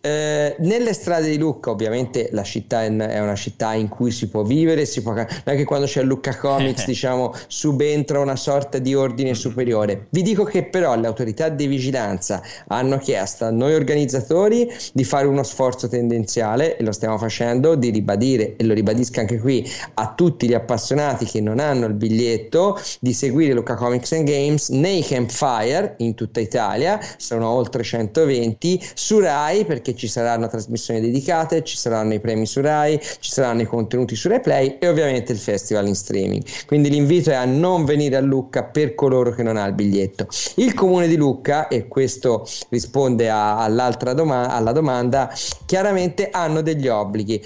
Nelle strade di Lucca, ovviamente la città è una città in cui si può vivere, non è che quando c'è Lucca Comics diciamo subentra una sorta di ordine superiore. Vi dico che però le autorità di vigilanza hanno chiesto a noi organizzatori di fare uno sforzo tendenziale, e lo stiamo facendo, di ribadire, e lo ribadisco anche qui a tutti gli appassionati che non hanno il biglietto, di seguire Lucca Comics and Games nei campfire in tutta Italia. Sono oltre 120 su Rai, perché ci saranno trasmissioni dedicate, ci saranno i premi su Rai, ci saranno i contenuti su Replay e ovviamente il festival in streaming. Quindi l'invito è a non venire a Lucca per coloro che non hanno il biglietto. Il comune di Lucca, e questo risponde alla domanda, chiaramente hanno degli obblighi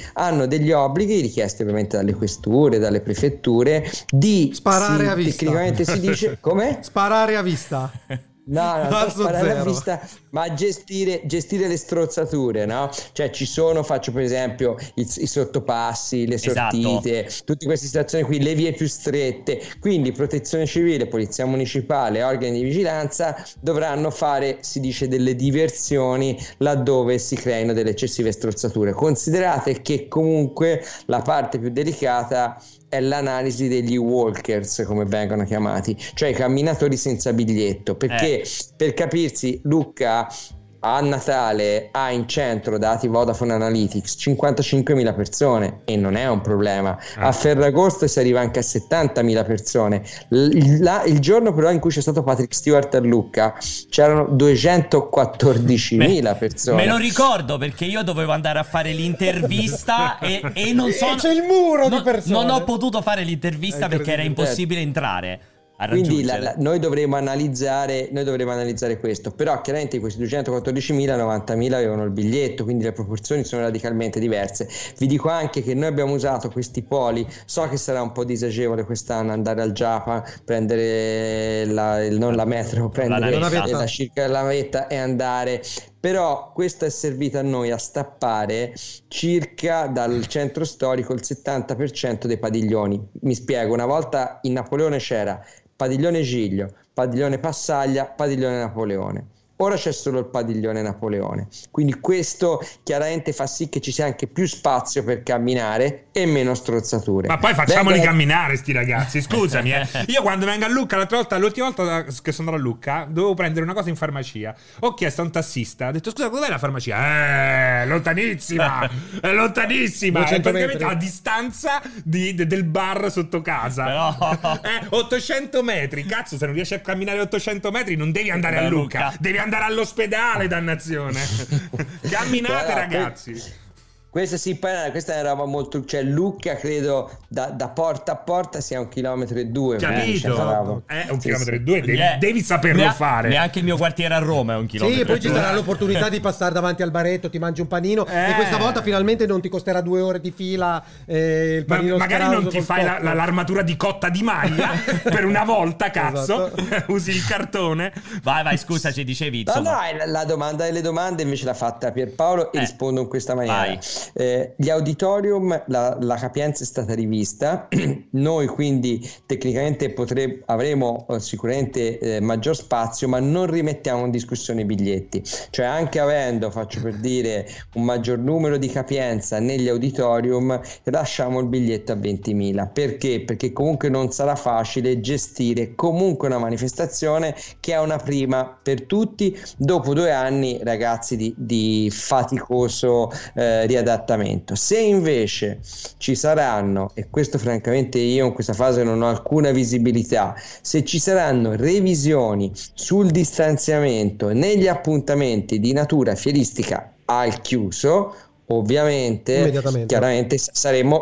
richiesti ovviamente dalle questure, dalle prefetture, di sparare a vista. Tecnicamente si dice come? Sparare a vista. No, non sparare a vista, ma gestire le strozzature, no? Cioè ci sono, faccio per esempio i sottopassi, le sortite, tutte queste situazioni qui, le vie più strette. Quindi protezione civile, polizia municipale, organi di vigilanza dovranno fare, si dice, delle diversioni laddove si creino delle eccessive strozzature. Considerate che comunque la parte più delicata è l'analisi degli walkers, come vengono chiamati, cioè i camminatori senza biglietto, perché per capirsi, Lucca a Natale ha in centro, dati Vodafone Analytics, 55.000 persone, e non è un problema. A Ferragosto si arriva anche a 70.000 persone. Il giorno però in cui c'è stato Patrick Stewart a Lucca c'erano 214.000 persone. Me lo ricordo, perché io dovevo andare a fare l'intervista e non so, c'è il muro di persone. non ho potuto fare l'intervista perché era impossibile entrare. Quindi noi dovremo analizzare questo, però chiaramente di questi 214.000, 90.000 avevano il biglietto, quindi le proporzioni sono radicalmente diverse. Vi dico anche che noi abbiamo usato questi poli, so che sarà un po' disagevole quest'anno andare al Giapa, prendere non la metro, prendere la circa la navetta e andare, però questo è servito a noi a stappare circa dal centro storico il 70% dei padiglioni. Mi spiego: una volta in Napoleone c'era Padiglione Giglio, Padiglione Passaglia, Padiglione Napoleone. ora c'è solo il padiglione Napoleone, quindi questo chiaramente fa sì che ci sia anche più spazio per camminare e meno strozzature. Ma poi facciamoli camminare sti ragazzi, scusami io quando vengo a Lucca l'ultima volta che sono andato a Lucca dovevo prendere una cosa in farmacia, ho chiesto a un tassista, ho detto scusa, dov'è la farmacia? Lontanissima, è lontanissima, è praticamente a distanza del bar sotto casa. Però 800 metri, cazzo, se non riesci a camminare 800 metri non devi andare a Lucca, devi andare all'ospedale, dannazione. Camminate ragazzi. Questa è una roba molto, cioè Lucca credo da porta a porta sia 1,2 chilometri. Capito? 1,2 chilometri, devi saperlo fare. Neanche il mio quartiere a Roma è 1 chilometro. Sì, poi ci sarà l'opportunità di passare davanti al baretto, ti mangi un panino e questa volta finalmente non ti costerà 2 ore di fila il panino. Magari non ti fai l'armatura di cotta di maglia per una volta, cazzo. Esatto. Usi il cartone. Vai, scusa, ci dicevi insomma. No, la domanda delle domande invece l'ha fatta Pierpaolo e rispondo in questa maniera. Gli auditorium, la capienza è stata rivista, noi quindi tecnicamente avremo sicuramente maggior spazio, ma non rimettiamo in discussione i biglietti, cioè anche avendo, faccio per dire, un maggior numero di capienza negli auditorium, lasciamo il biglietto a 20.000. Perché comunque non sarà facile gestire comunque una manifestazione che è una prima per tutti dopo 2 anni, ragazzi, di faticoso riadattamento. Se invece ci saranno, e questo francamente io in questa fase non ho alcuna visibilità, se ci saranno revisioni sul distanziamento negli appuntamenti di natura fieristica al chiuso, ovviamente chiaramente saremmo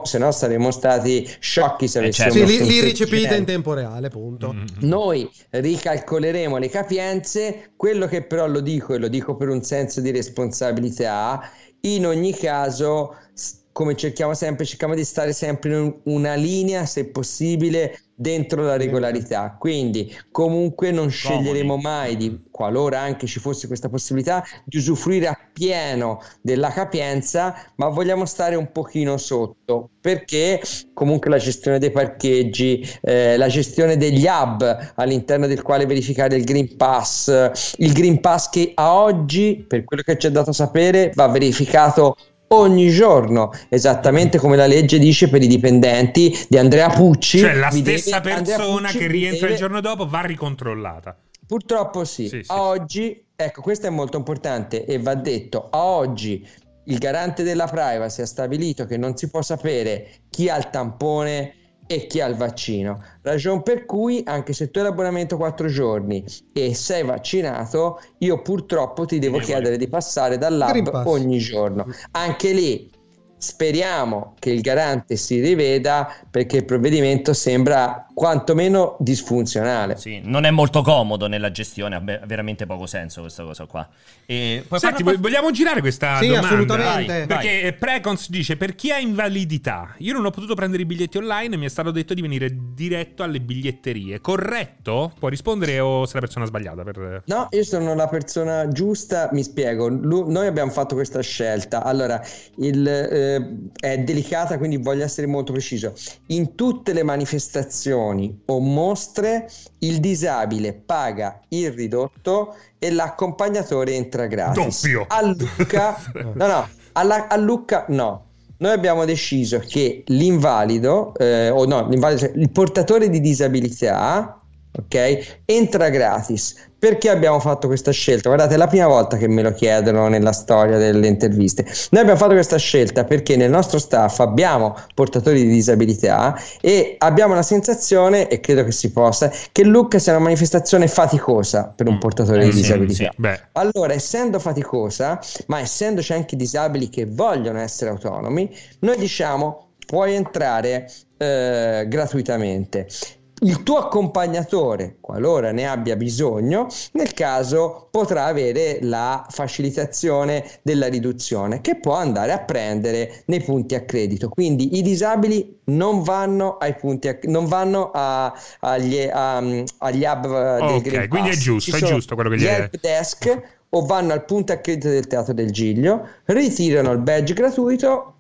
stati sciocchi se avessimo li ricepite in tempo reale, punto. Noi ricalcoleremo le capienze, quello che però lo dico per un senso di responsabilità. In ogni caso, come cerchiamo di stare sempre in una linea, se possibile, dentro la regolarità. Quindi comunque non sceglieremo mai, qualora anche ci fosse questa possibilità, di usufruire appieno della capienza, ma vogliamo stare un pochino sotto, perché comunque la gestione dei parcheggi, la gestione degli hub all'interno del quale verificare il Green Pass che a oggi, per quello che ci è dato sapere, va verificato ogni giorno, esattamente come la legge dice per i dipendenti di Andrea Pucci, cioè la stessa persona che rientra il giorno dopo va ricontrollata. Purtroppo sì. A oggi, ecco, questo è molto importante e va detto, a oggi il garante della privacy ha stabilito che non si può sapere chi ha il tampone e chi ha il vaccino, ragion per cui anche se tu hai l'abbonamento 4 giorni e sei vaccinato, io purtroppo ti devo chiedere di passare dall'hub ogni giorno. Anche lì speriamo che il garante si riveda, perché il provvedimento sembra quantomeno disfunzionale. Sì, non è molto comodo nella gestione, ha veramente poco senso questa cosa qua. E poi senti, vogliamo girare questa domanda? Assolutamente. Perché Precons dice: per chi ha invalidità, io non ho potuto prendere i biglietti online e mi è stato detto di venire diretto alle biglietterie. Corretto? Può rispondere o sei la persona sbagliata? No, io sono la persona giusta, mi spiego. Noi abbiamo fatto questa scelta. Allora, è delicata, quindi voglio essere molto preciso. In tutte le manifestazioni o mostre il disabile paga il ridotto e l'accompagnatore entra gratis. Doppio. A Lucca a Lucca no. Noi abbiamo deciso che il portatore di disabilità, ok, entra gratis. Perché abbiamo fatto questa scelta? Guardate, è la prima volta che me lo chiedono nella storia delle interviste. Noi abbiamo fatto questa scelta perché nel nostro staff abbiamo portatori di disabilità e abbiamo la sensazione, e credo che si possa, che Lucca sia una manifestazione faticosa per un portatore di disabilità. Allora, essendo faticosa, ma essendoci anche disabili che vogliono essere autonomi, noi diciamo puoi entrare gratuitamente. Il tuo accompagnatore, qualora ne abbia bisogno, nel caso potrà avere la facilitazione della riduzione che può andare a prendere nei punti a credito. Quindi i disabili non vanno ai punti non vanno agli hub del Green Pass. Quindi è giusto quello che gli help desk, o vanno al punto a credito del Teatro del Giglio, ritirano il badge gratuito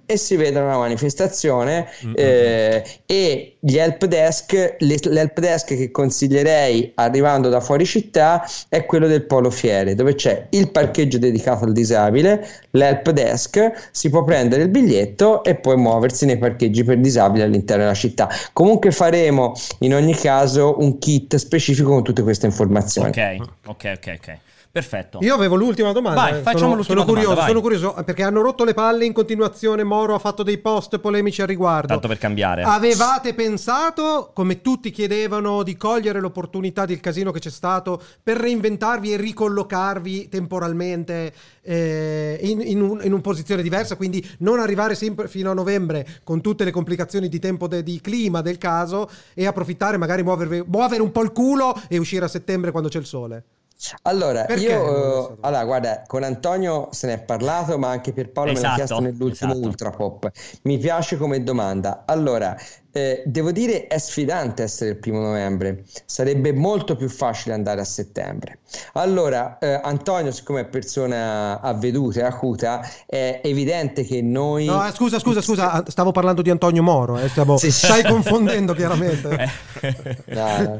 e si vedono la manifestazione e gli help desk, l'help desk che consiglierei arrivando da fuori città è quello del Polo Fiere, dove c'è il parcheggio dedicato al disabile, l'help desk, si può prendere il biglietto e poi muoversi nei parcheggi per disabili all'interno della città. Comunque faremo in ogni caso un kit specifico con tutte queste informazioni. Ok. Perfetto. Io avevo l'ultima domanda. Vai, facciamo l'ultima domanda, sono curioso perché hanno rotto le palle in continuazione. Moro ha fatto dei post polemici al riguardo. Tanto per cambiare. Avevate pensato, come tutti chiedevano, di cogliere l'opportunità del casino che c'è stato per reinventarvi e ricollocarvi temporalmente in una posizione diversa, quindi non arrivare sempre fino a novembre con tutte le complicazioni di tempo di clima del caso e approfittare, magari muovere un po' il culo e uscire a settembre quando c'è il sole? Allora, perché allora, guarda, con Antonio se ne è parlato, ma anche Pierpaolo me l'ha chiesto nell'ultimo Ultra Pop. Mi piace come domanda. Allora, devo dire, è sfidante essere il 1 novembre, sarebbe molto più facile andare a settembre. Allora, Antonio, siccome è persona avveduta e acuta, è evidente che noi... No, scusa, stavo parlando di Antonio Moro, stai confondendo chiaramente. No.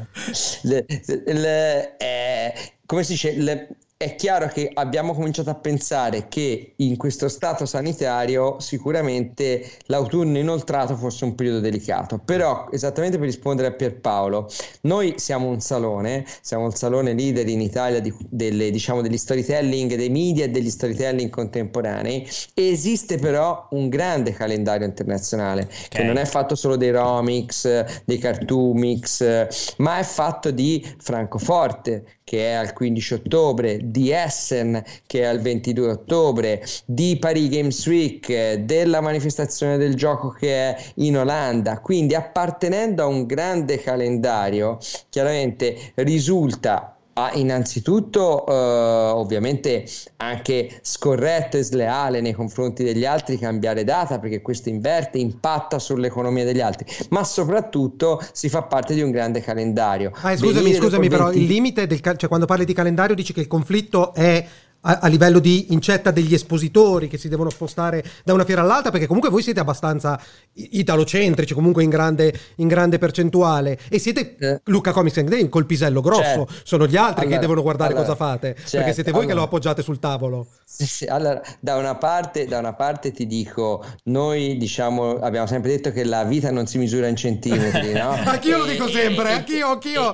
Come si dice, è chiaro che abbiamo cominciato a pensare che in questo stato sanitario sicuramente l'autunno inoltrato fosse un periodo delicato, però esattamente per rispondere a Pierpaolo, noi siamo un salone, siamo il salone leader in Italia degli storytelling, dei media e degli storytelling contemporanei, e esiste però un grande calendario internazionale che non è fatto solo dei Romix, dei Cartoomix, ma è fatto di Francoforte, che è al 15 ottobre, di Essen, che è al 22 ottobre, di Paris Games Week, della manifestazione del gioco che è in Olanda. Quindi, appartenendo a un grande calendario, chiaramente risulta innanzitutto ovviamente anche scorretto e sleale nei confronti degli altri cambiare data, perché questo inverte, impatta sull'economia degli altri, ma soprattutto si fa parte di un grande calendario. Scusami, però il limite cioè quando parli di calendario dici che il conflitto è a livello di incetta degli espositori che si devono spostare da una fiera all'altra, perché comunque voi siete abbastanza italocentrici, comunque in grande percentuale, e siete Lucca Comics and Game col pisello grosso, sono gli altri che devono guardare cosa fate, perché siete voi che lo appoggiate sul tavolo. Sì. Allora, da una parte ti dico, noi abbiamo sempre detto che la vita non si misura in centimetri, no? Anch'io lo dico sempre, anch'io.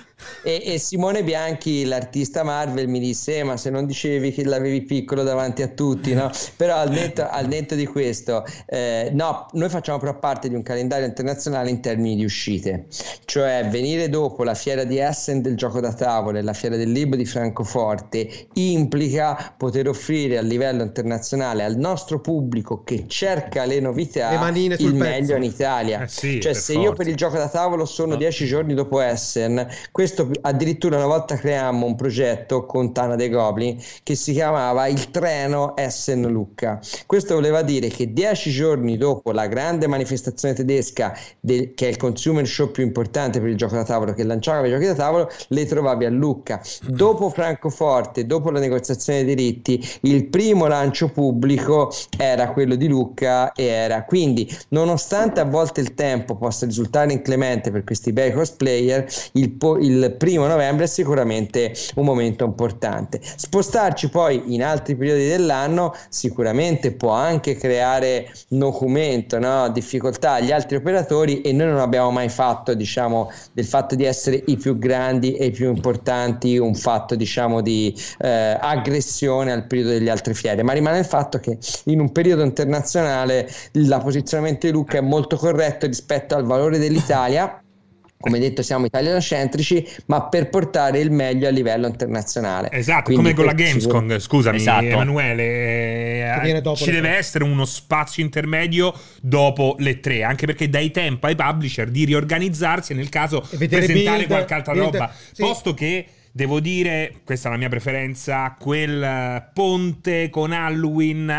E Simone Bianchi, l'artista Marvel, mi disse ma se non dicevi che l'avevi piccolo davanti a tutti, no? Però al netto di questo, no, noi facciamo però parte di un calendario internazionale in termini di uscite, cioè venire dopo la fiera di Essen del gioco da tavola e la fiera del libro di Francoforte implica poter offrire a livello internazionale al nostro pubblico che cerca le novità il meglio in Italia. Cioè se io per il gioco da tavolo sono 10 giorni dopo Essen, questo addirittura una volta creammo un progetto con Tana dei Goblin che si chiamava il treno Essen-Lucca. Questo voleva dire che 10 giorni dopo la grande manifestazione tedesca che è il consumer show più importante per il gioco da tavolo, che lanciava i giochi da tavolo, le trovavi a Lucca. Dopo Francoforte, dopo la negoziazione dei diritti, il primo lancio pubblico era quello di Lucca, e era quindi, nonostante a volte il tempo possa risultare inclemente per questi bei cosplayer, il 1 novembre è sicuramente un momento importante. Spostarci poi in altri periodi dell'anno sicuramente può anche creare documento, difficoltà agli altri operatori, e noi non abbiamo mai fatto del fatto di essere i più grandi e i più importanti un fatto di aggressione al periodo delle altre fiere, ma rimane il fatto che in un periodo internazionale il posizionamento di Lucca è molto corretto rispetto al valore dell'Italia. Come detto, siamo italianocentrici, ma per portare il meglio a livello internazionale. Esatto, quindi come con la Gamescom, scusami Emanuele, ci deve essere uno spazio intermedio dopo le 3, anche perché dai tempo ai publisher di riorganizzarsi e nel caso presentare qualche altra roba, posto che devo dire, questa è la mia preferenza, quel ponte con Halloween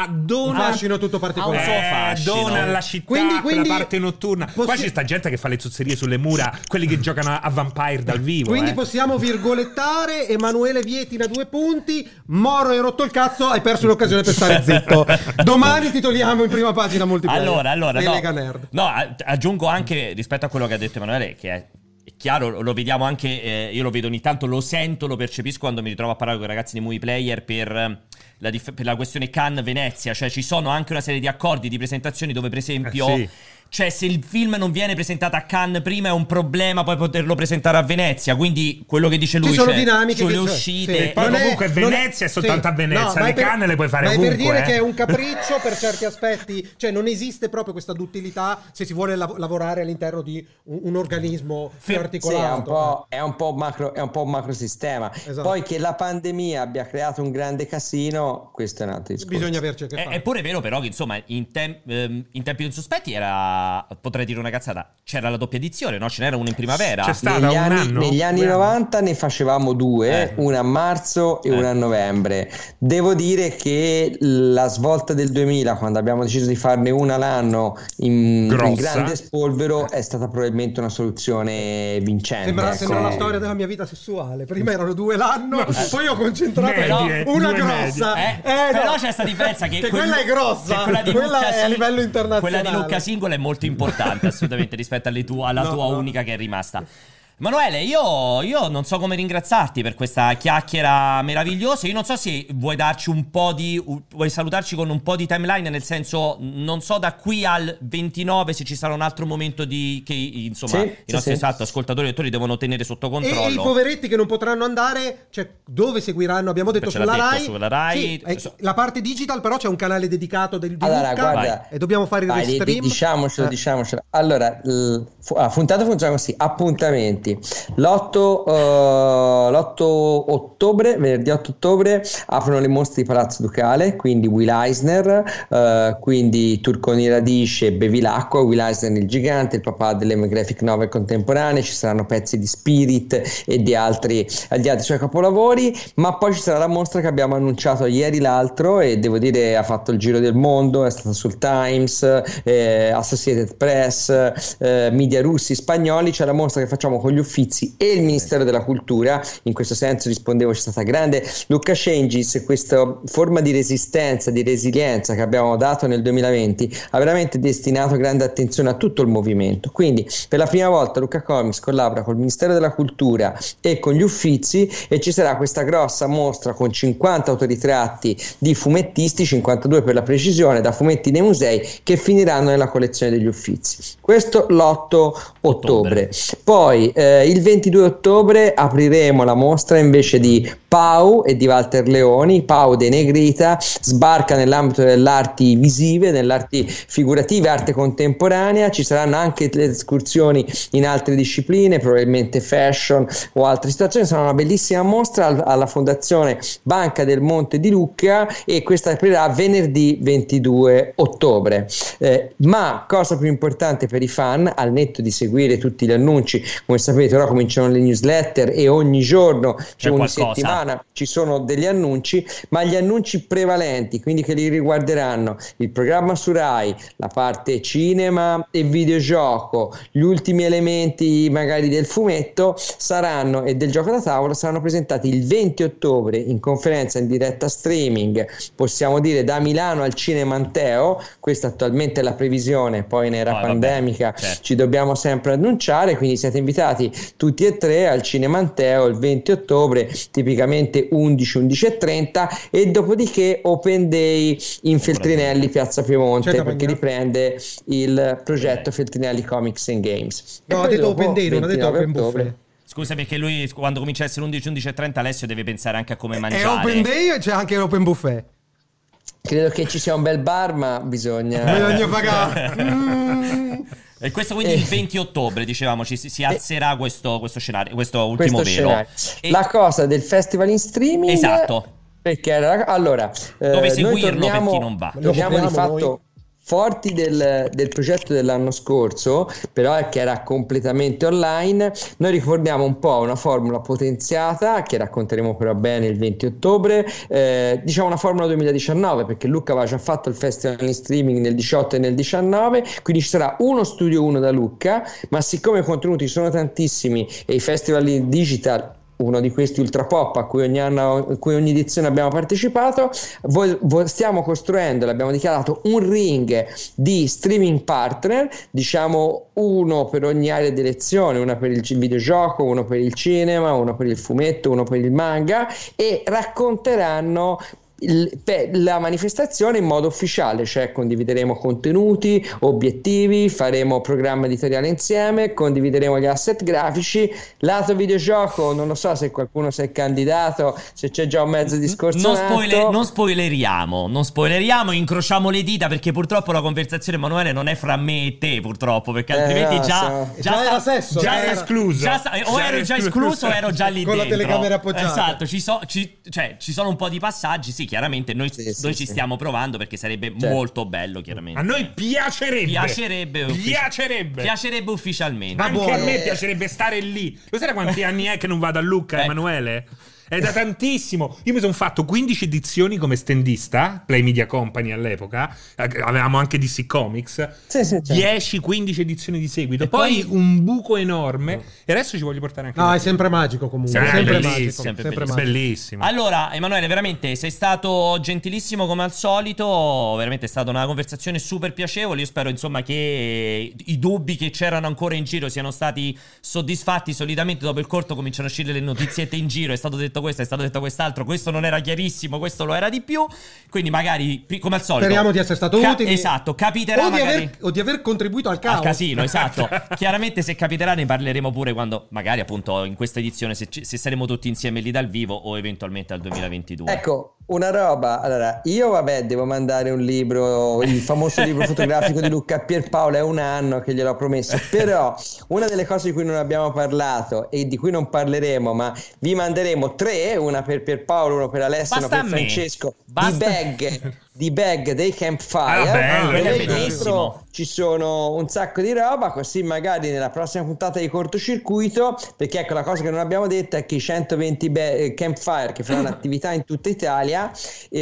Un fascino tutto particolare. dona alla città Quindi quella parte notturna. Qua ci sta gente che fa le zozzerie sulle mura, quelli che giocano a Vampire dal vivo. Quindi possiamo virgolettare: Emanuele Vietina 2 punti, Moro hai rotto il cazzo, hai perso un'occasione per stare zitto. Domani ti togliamo in prima pagina multiplayer. Allora, Lega Nerd. no, aggiungo anche rispetto a quello che ha detto Emanuele, che è chiaro, lo vediamo anche, io lo vedo ogni tanto, lo sento, lo percepisco quando mi ritrovo a parlare con i ragazzi di Movie Player per la questione Cannes Venezia, cioè ci sono anche una serie di accordi di presentazioni dove per esempio sì. cioè se il film non viene presentato a Cannes prima è un problema poi poterlo presentare a Venezia, quindi quello che dice lui, ci sono cioè, dinamiche sulle che uscite, sì. E poi comunque Venezia è soltanto a Venezia, le Cannes le puoi fare ma ovunque. Ma è per dire che è un capriccio per certi aspetti, cioè non esiste proprio questa duttilità se si vuole lavorare all'interno di un organismo più articolato. Sì, è un po' un macro sistema. Esatto. Poi che la pandemia abbia creato un grande casino, questo è un altro discorso. Bisogna averci a che fare. È pure vero però che insomma in tempi non sospetti era, potrei dire una cazzata, c'era la doppia edizione, no? Ce n'era una in primavera. C'è stata negli anni 90 ne facevamo due, una a marzo e una a novembre. Devo dire che la svolta del 2000, quando abbiamo deciso di farne una l'anno in grande spolvero, è stata probabilmente una soluzione vincente. Sembra la storia della mia vita sessuale. Prima erano 2 l'anno, poi ho concentrato una grossa. Però c'è questa differenza che quella è grossa, quella è a livello internazionale. Quella di Luca singola è molto importante assolutamente rispetto alla tua unica che è rimasta. Emanuele, io non so come ringraziarti per questa chiacchiera meravigliosa. Io non so se vuoi darci vuoi salutarci con un po' di timeline, nel senso, non so da qui al 29 se ci sarà un altro momento che insomma i nostri ascoltatori e lettori devono tenere sotto controllo. E i poveretti che non potranno andare, cioè dove seguiranno? Abbiamo detto sulla Rai. Sì, la parte digital però c'è un canale dedicato di Luca, guarda, e dobbiamo fare il restream. Diciamocelo. Allora, puntata funziona così: appuntamenti l'8 ottobre, venerdì 8 ottobre aprono le mostre di Palazzo Ducale, quindi Will Eisner, quindi Turconi Radice, Bevilacqua, Will Eisner il gigante, il papà delle graphic novel contemporanee, ci saranno pezzi di Spirit e di altri suoi capolavori, ma poi ci sarà la mostra che abbiamo annunciato ieri l'altro e devo dire ha fatto il giro del mondo, è stata sul Times, Associated Press, media russi, spagnoli. C'è la mostra che facciamo con gli Uffizi e il Ministero della Cultura. In questo senso rispondevo, c'è stata grande Luca Cengiz. Questa forma di resistenza, di resilienza che abbiamo dato nel 2020 ha veramente destinato grande attenzione a tutto il movimento, quindi per la prima volta Luca Comics collabora col Ministero della Cultura e con gli Uffizi e ci sarà questa grossa mostra con 50 autoritratti di fumettisti, 52 per la precisione, da fumetti nei musei, che finiranno nella collezione degli Uffizi. Questo l'8 ottobre. Poi il 22 ottobre apriremo la mostra invece di Pau e di Walter Leoni. Pau De Negrita sbarca nell'ambito delle arti visive, nelle arti figurative, arte contemporanea. Ci saranno anche le escursioni in altre discipline, probabilmente fashion o altre situazioni. Sarà una bellissima mostra alla Fondazione Banca del Monte di Lucca e questa aprirà venerdì 22 ottobre. Ma cosa più importante per i fan, al netto di seguire tutti gli annunci, come sapete ora cominciano le newsletter e ogni giorno, cioè ogni settimana ci sono degli annunci, ma gli annunci prevalenti, quindi che li riguarderanno il programma su Rai, la parte cinema e videogioco, gli ultimi elementi magari del fumetto saranno e del gioco da tavolo saranno presentati il 20 ottobre in conferenza in diretta streaming, possiamo dire da Milano al Cinema Anteo. Questa attualmente è la previsione, poi in era pandemica ci dobbiamo sempre annunciare, quindi siete invitati tutti e tre al Cinema Anteo il 20 ottobre, tipicamente 11-11:30, e dopodiché Open Day in Feltrinelli, Piazza Piemonte, perché riprende il progetto Feltrinelli Comics and Games. No, ha detto Open Day, non ha detto Open Buffet. Scusa, perché lui quando comincia a essere 11-11:30 Alessio deve pensare anche a come mangiare. È Open Day o c'è anche l'Open Buffet? Credo che ci sia un bel bar, ma bisogna pagare. E questo quindi il 20 ottobre, dicevamo, si alzerà questo scenario, questo ultimo velo. La cosa del festival in streaming. Esatto. Perché allora dove seguirlo per chi non va? Dobbiamo di fatto forti del progetto dell'anno scorso, però che era completamente online. Noi ricordiamo un po' una formula potenziata che racconteremo però bene il 20 ottobre, diciamo una formula 2019, perché Lucca aveva già fatto il festival in streaming nel 18 e nel 19, quindi ci sarà uno Studio 1 da Lucca, ma siccome i contenuti sono tantissimi e i festival in digital, uno di questi ultra pop a cui ogni anno, in cui ogni edizione abbiamo partecipato, stiamo costruendo, l'abbiamo dichiarato, un ring di streaming partner, diciamo uno per ogni area di elezione, uno per il videogioco, uno per il cinema, uno per il fumetto, uno per il manga, e racconteranno la manifestazione in modo ufficiale, cioè condivideremo contenuti, obiettivi, faremo programma editoriale insieme, condivideremo gli asset grafici. Lato videogioco non lo so se qualcuno si è candidato, se c'è già un mezzo discorso non spoileriamo, incrociamo le dita, perché purtroppo la conversazione, Emanuele, non è fra me e te, purtroppo, perché altrimenti già era sesso, già era escluso, ero già escluso o ero già lì con dentro, la telecamera appoggiata. esatto. Ci sono un po' di passaggi, sì, chiaramente noi ci stiamo provando, perché sarebbe molto bello, chiaramente. A noi piacerebbe ufficialmente. Anche a me piacerebbe stare lì. Lo sai da quanti anni è che non vado a Lucca, Emanuele? È da tantissimo. Io mi sono fatto 15 edizioni come standista, Play Media Company all'epoca, avevamo anche DC Comics, 10-15 edizioni di seguito, poi un buco enorme, e adesso ci voglio portare anche è sempre magico comunque, sempre bellissimo. Allora, Emanuele, veramente sei stato gentilissimo come al solito, veramente è stata una conversazione super piacevole. Io spero, insomma, che i dubbi che c'erano ancora in giro siano stati soddisfatti. Solitamente dopo il corto cominciano a uscire le notiziette in giro, è stato detto questo, è stato detto quest'altro, questo non era chiarissimo, questo lo era di più, quindi magari come al solito speriamo di essere stato utili, esatto, capiterà o di aver contribuito al caos, al casino, esatto. Chiaramente se capiterà ne parleremo pure quando magari appunto in questa edizione, se saremo tutti insieme lì dal vivo, o eventualmente al 2022. Ecco, una roba, allora io devo mandare un libro, il famoso libro fotografico di Lucca a Pierpaolo, è un anno che gliel'ho promesso, però una delle cose di cui non abbiamo parlato e di cui non parleremo, ma vi manderemo 3, una per Pierpaolo, uno per Alessio, uno per Francesco, di bag dei Campfire. Dentro ci sono un sacco di roba, così magari nella prossima puntata di cortocircuito, perché ecco, la cosa che non abbiamo detto è che i 120 Campfire che faranno attività in tutta Italia,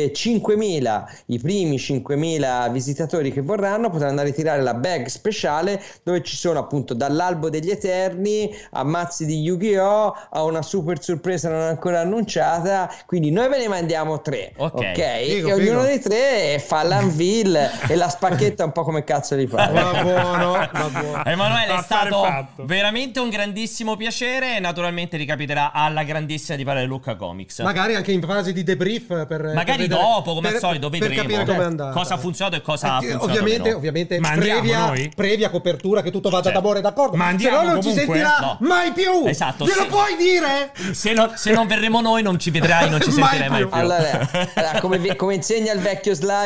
5.000, i primi 5.000 visitatori che vorranno potranno ritirare la bag speciale, dove ci sono appunto dall'Albo degli Eterni a mazzi di Yu-Gi-Oh, a una super sorpresa non ancora annunciata. Quindi noi ve ne mandiamo 3, ok? E ognuno dei 3 fa l'unveil e la spacchetta un po' come cazzo li pare. Va buono. Emanuele, è stato veramente un grandissimo piacere, e naturalmente ricapiterà alla grandissima di parlare Lucca Comics, magari anche in fase di debrief, magari dopo, come al solito, vedremo per capire come è andata, cosa ha funzionato e cosa ha funzionato ovviamente ma previa copertura, che tutto vada d'amore, d'accordo, ma andiamo, se no non ci sentirà mai più, esatto, glielo puoi dire? Se non verremo noi non ci vedrai, non ci sentirai mai più. Allora, come insegna il vecchio Sly,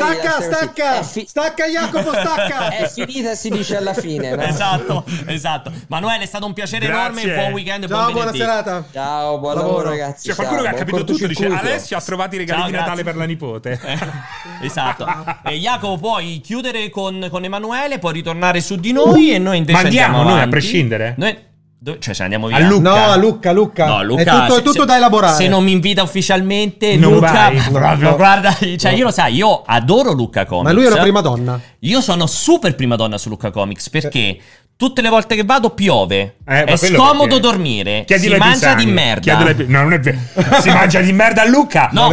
stacca Jacopo, stacca. È finita, si dice alla fine, no? esatto. Manuele, è stato un piacere enorme, buon weekend, ciao, buon buona serata, ciao, buon lavoro ragazzi. C'è qualcuno che ha capito tutto, dice Alessio ha trovato i regali di Natale per la nipote. Esatto. E Jacopo, puoi chiudere con Emanuele, puoi ritornare su di noi, e noi invece andiamo noi a prescindere. Cioè, ce ne andiamo via? A Lucca. No, Lucca, è tutto da elaborare. Se non mi invita ufficialmente, non Lucca, vai. proprio, guarda, cioè, io lo sai, io adoro Lucca Comics. Ma lui è una prima donna. Io sono super prima donna su Lucca Comics, perché tutte le volte che vado piove, è scomodo dormire, si mangia di merda. No, non è vero. Si mangia di merda a Lucca? No,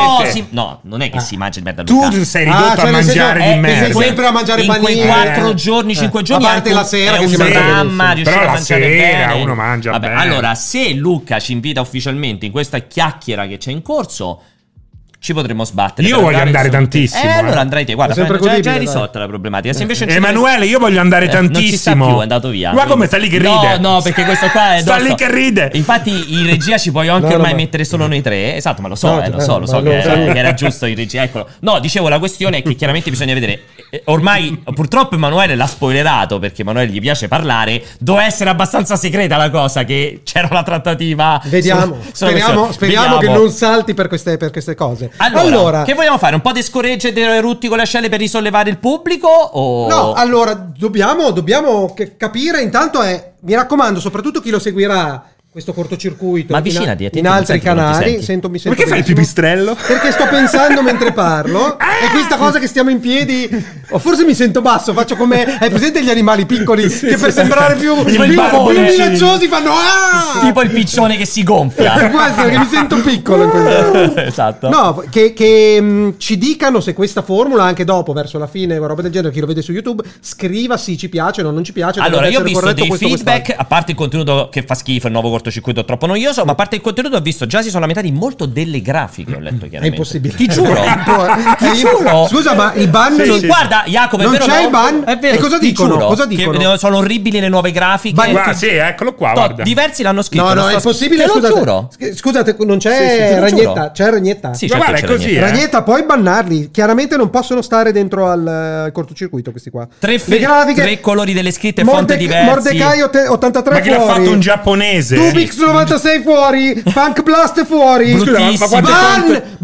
non è che si mangia di merda a Lucca. Tu sei ridotto a mangiare di merda. Sei sempre a mangiare panini. In quei 4 giorni, 5 giorni, a parte la sera, è che un si mangia dramma riuscire a mangiare bene. Uno mangia bene. Allora, se Lucca ci invita ufficialmente in questa chiacchiera che c'è in corso, ci potremmo sbattere. Io voglio andare tantissimo. Allora andrai te. Guarda, già hai risolto la problematica. Se invece Emanuele, io voglio andare tantissimo. Non ci sta più, è andato via. Guarda come sta lì che ride. No, perché questo qua è sta lì che ride. Infatti in regia ci puoi anche ormai mettere solo noi 3. Esatto, ma lo so che era giusto in regia. Eccolo. No, dicevo, la questione è che chiaramente bisogna vedere. Ormai purtroppo Emanuele l'ha spoilerato, perché Emanuele gli piace parlare. Doveva essere abbastanza segreta la cosa, che c'era la trattativa. Vediamo. Speriamo che non salti per queste cose. Allora, che vogliamo fare? Un po' di scoregge e rutti con le ascelle per risollevare il pubblico? O... No, allora dobbiamo capire intanto mi raccomando, soprattutto chi lo seguirà questo cortocircuito ma avvicinati, in altri canali. Mi sento perché fai il pipistrello? Perché sto pensando mentre parlo e questa cosa che stiamo in piedi, o forse mi sento basso, faccio come hai presente gli animali piccoli che per sembrare più minacciosi fanno tipo il piccione che si gonfia. Questo che mi sento piccolo in questo. Esatto. No, che ci dicano se questa formula anche dopo verso la fine o roba del genere, chi lo vede su YouTube scriva sì ci piace o non ci piace. Allora io ho visto dei questo, feedback, a parte il contenuto che fa schifo, il nuovo cortocircuito è troppo noioso, ma a parte il contenuto ho visto già si sono lamentati molto delle grafiche, ho letto chiaramente. È impossibile. Ti giuro. Ti giuro. Scusa, ma il ban guarda Jacopo, è non vero, c'è il ban? È vero. E cosa dicono? Giuro, cosa dicono? Che sono orribili le nuove grafiche. Guarda, sì, eccolo qua, guarda. Diversi l'hanno scritto. No, è impossibile, scusate, non c'è Ragnetta, c'è Ragnetta. Sì, ma guarda, è così. Ragnetta, puoi bannarli. Chiaramente non possono stare dentro al cortocircuito questi qua. Tre colori delle scritte e fonti diversi. Mordecai 83 ma chi fuori. l'ha fatto un giapponese? Tubix 96 fuori. Punk Blast fuori. Scusa, ma quante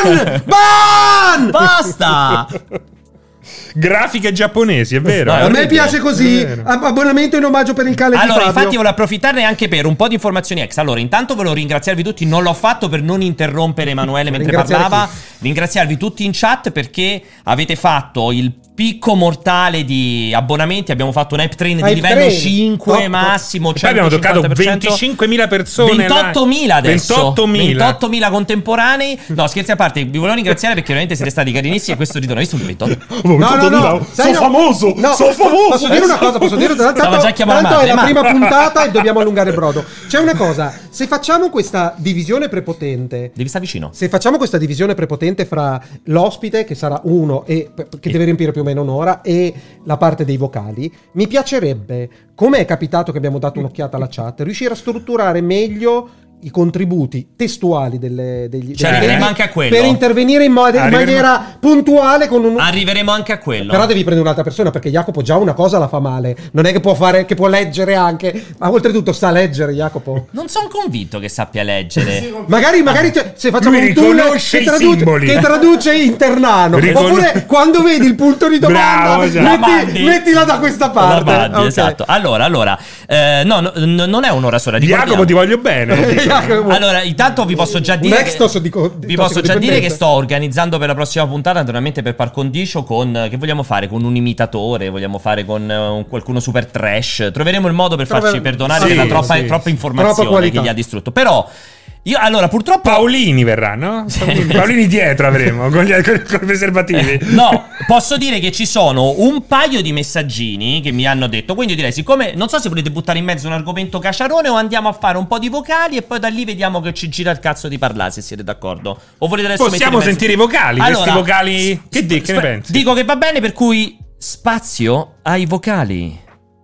ban! Basta! Grafiche giapponesi, è vero? No, a me piace così. Abbonamento in omaggio per il cane di Fabio. Infatti volevo approfittarne anche per un po' di informazioni ex. Allora, intanto volevo ringraziarvi tutti. Non l'ho fatto per non interrompere Emanuele mentre parlava. Ringraziarvi tutti in chat perché avete fatto il picco mortale di abbonamenti. Abbiamo fatto un hype train di livello 5 massimo. Poi abbiamo toccato 25.000 persone. 28.000 adesso. 28.000 contemporanei. No, scherzi a parte, vi volevo ringraziare perché veramente siete stati carinissimi. E questo ritorno, hai visto un 28? No. Sono famoso. Posso dire una cosa? Tanto è la prima puntata e dobbiamo allungare il brodo. C'è una cosa, se facciamo questa divisione prepotente, devi stare vicino. Se facciamo questa divisione prepotente fra l'ospite, che sarà uno e che deve riempire più o meno un'ora, e la parte dei vocali, mi piacerebbe, come è capitato che abbiamo dato un'occhiata alla chat, riuscire a strutturare meglio i contributi testuali degli arriveremo anche a quello per intervenire in maniera puntuale con un... Arriveremo anche a quello. Però devi prendere un'altra persona perché Jacopo già una cosa la fa male. Non è che può leggere anche, ma oltretutto sa leggere Jacopo. Non sono convinto che sappia leggere. magari se facciamo un tool che traduce internano, oppure quando vedi il punto di domanda mettila da questa parte. Okay. Esatto. Allora non è un'ora sola di Jacopo, ti voglio bene. Allora, intanto vi posso già dire che sto organizzando per la prossima puntata, naturalmente per par condicio, che vogliamo fare con un imitatore, vogliamo fare con qualcuno super trash. Troveremo il modo per farci perdonare per la troppa informazione che gli ha distrutto. Però allora, purtroppo Paolini verrà, no? Paolini dietro avremo con i preservativi. No, posso dire che ci sono un paio di messaggini che mi hanno detto. Quindi io direi, siccome non so se volete buttare in mezzo un argomento caciarone o andiamo a fare un po' di vocali e poi da lì vediamo che ci gira il cazzo di parlare, se siete d'accordo. O volete adesso possiamo sentire i vocali? Allora, questi vocali che ne pensi? Dico che va bene, per cui spazio ai vocali.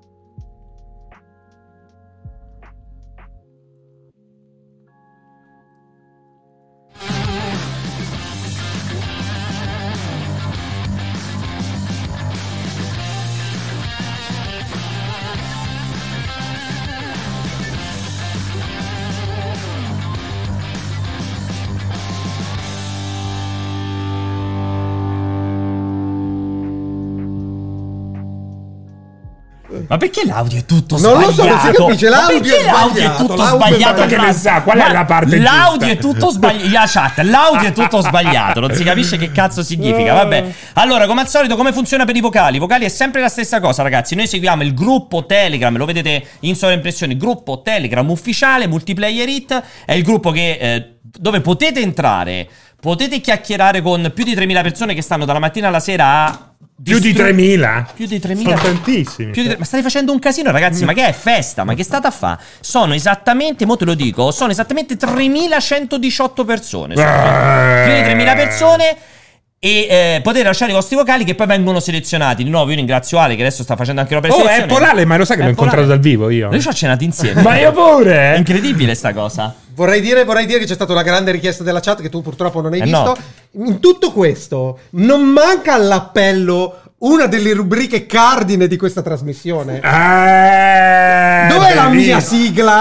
Ma perché l'audio è tutto sbagliato? Non lo so, non si capisce, l'audio è tutto sbagliato. Che ne sa, qual è la parte l'audio è tutto sbagliato. L'audio è tutto sbagliato, non si capisce che cazzo significa. Vabbè. Allora, come al solito, come funziona per i vocali? I vocali è sempre la stessa cosa, ragazzi. Noi seguiamo il gruppo Telegram, lo vedete in sovraimpressione, gruppo Telegram ufficiale Multiplayer It, è il gruppo che dove potete entrare, potete chiacchierare con più di 3.000 persone che stanno dalla mattina alla sera a più di 3.000? Più di 3.000? Sono tantissimi. Ma state facendo un casino, ragazzi. Ma che è festa? Ma che state a fa? Sono esattamente, mo te lo dico, sono esattamente 3.118 persone. Più di 3.000 persone. E potete lasciare i vostri vocali che poi vengono selezionati. Di nuovo io ringrazio Ale che adesso sta facendo anche l'opera selezione. È Polale, ma lo sai che l'ho incontrato dal vivo io? Noi ci ho cenato insieme. Ma io pure. È incredibile sta cosa. Vorrei dire che c'è stata una grande richiesta della chat che tu purtroppo non hai visto. No. In tutto questo non manca all'appello una delle rubriche cardine di questa trasmissione. Dov'è la mia sigla?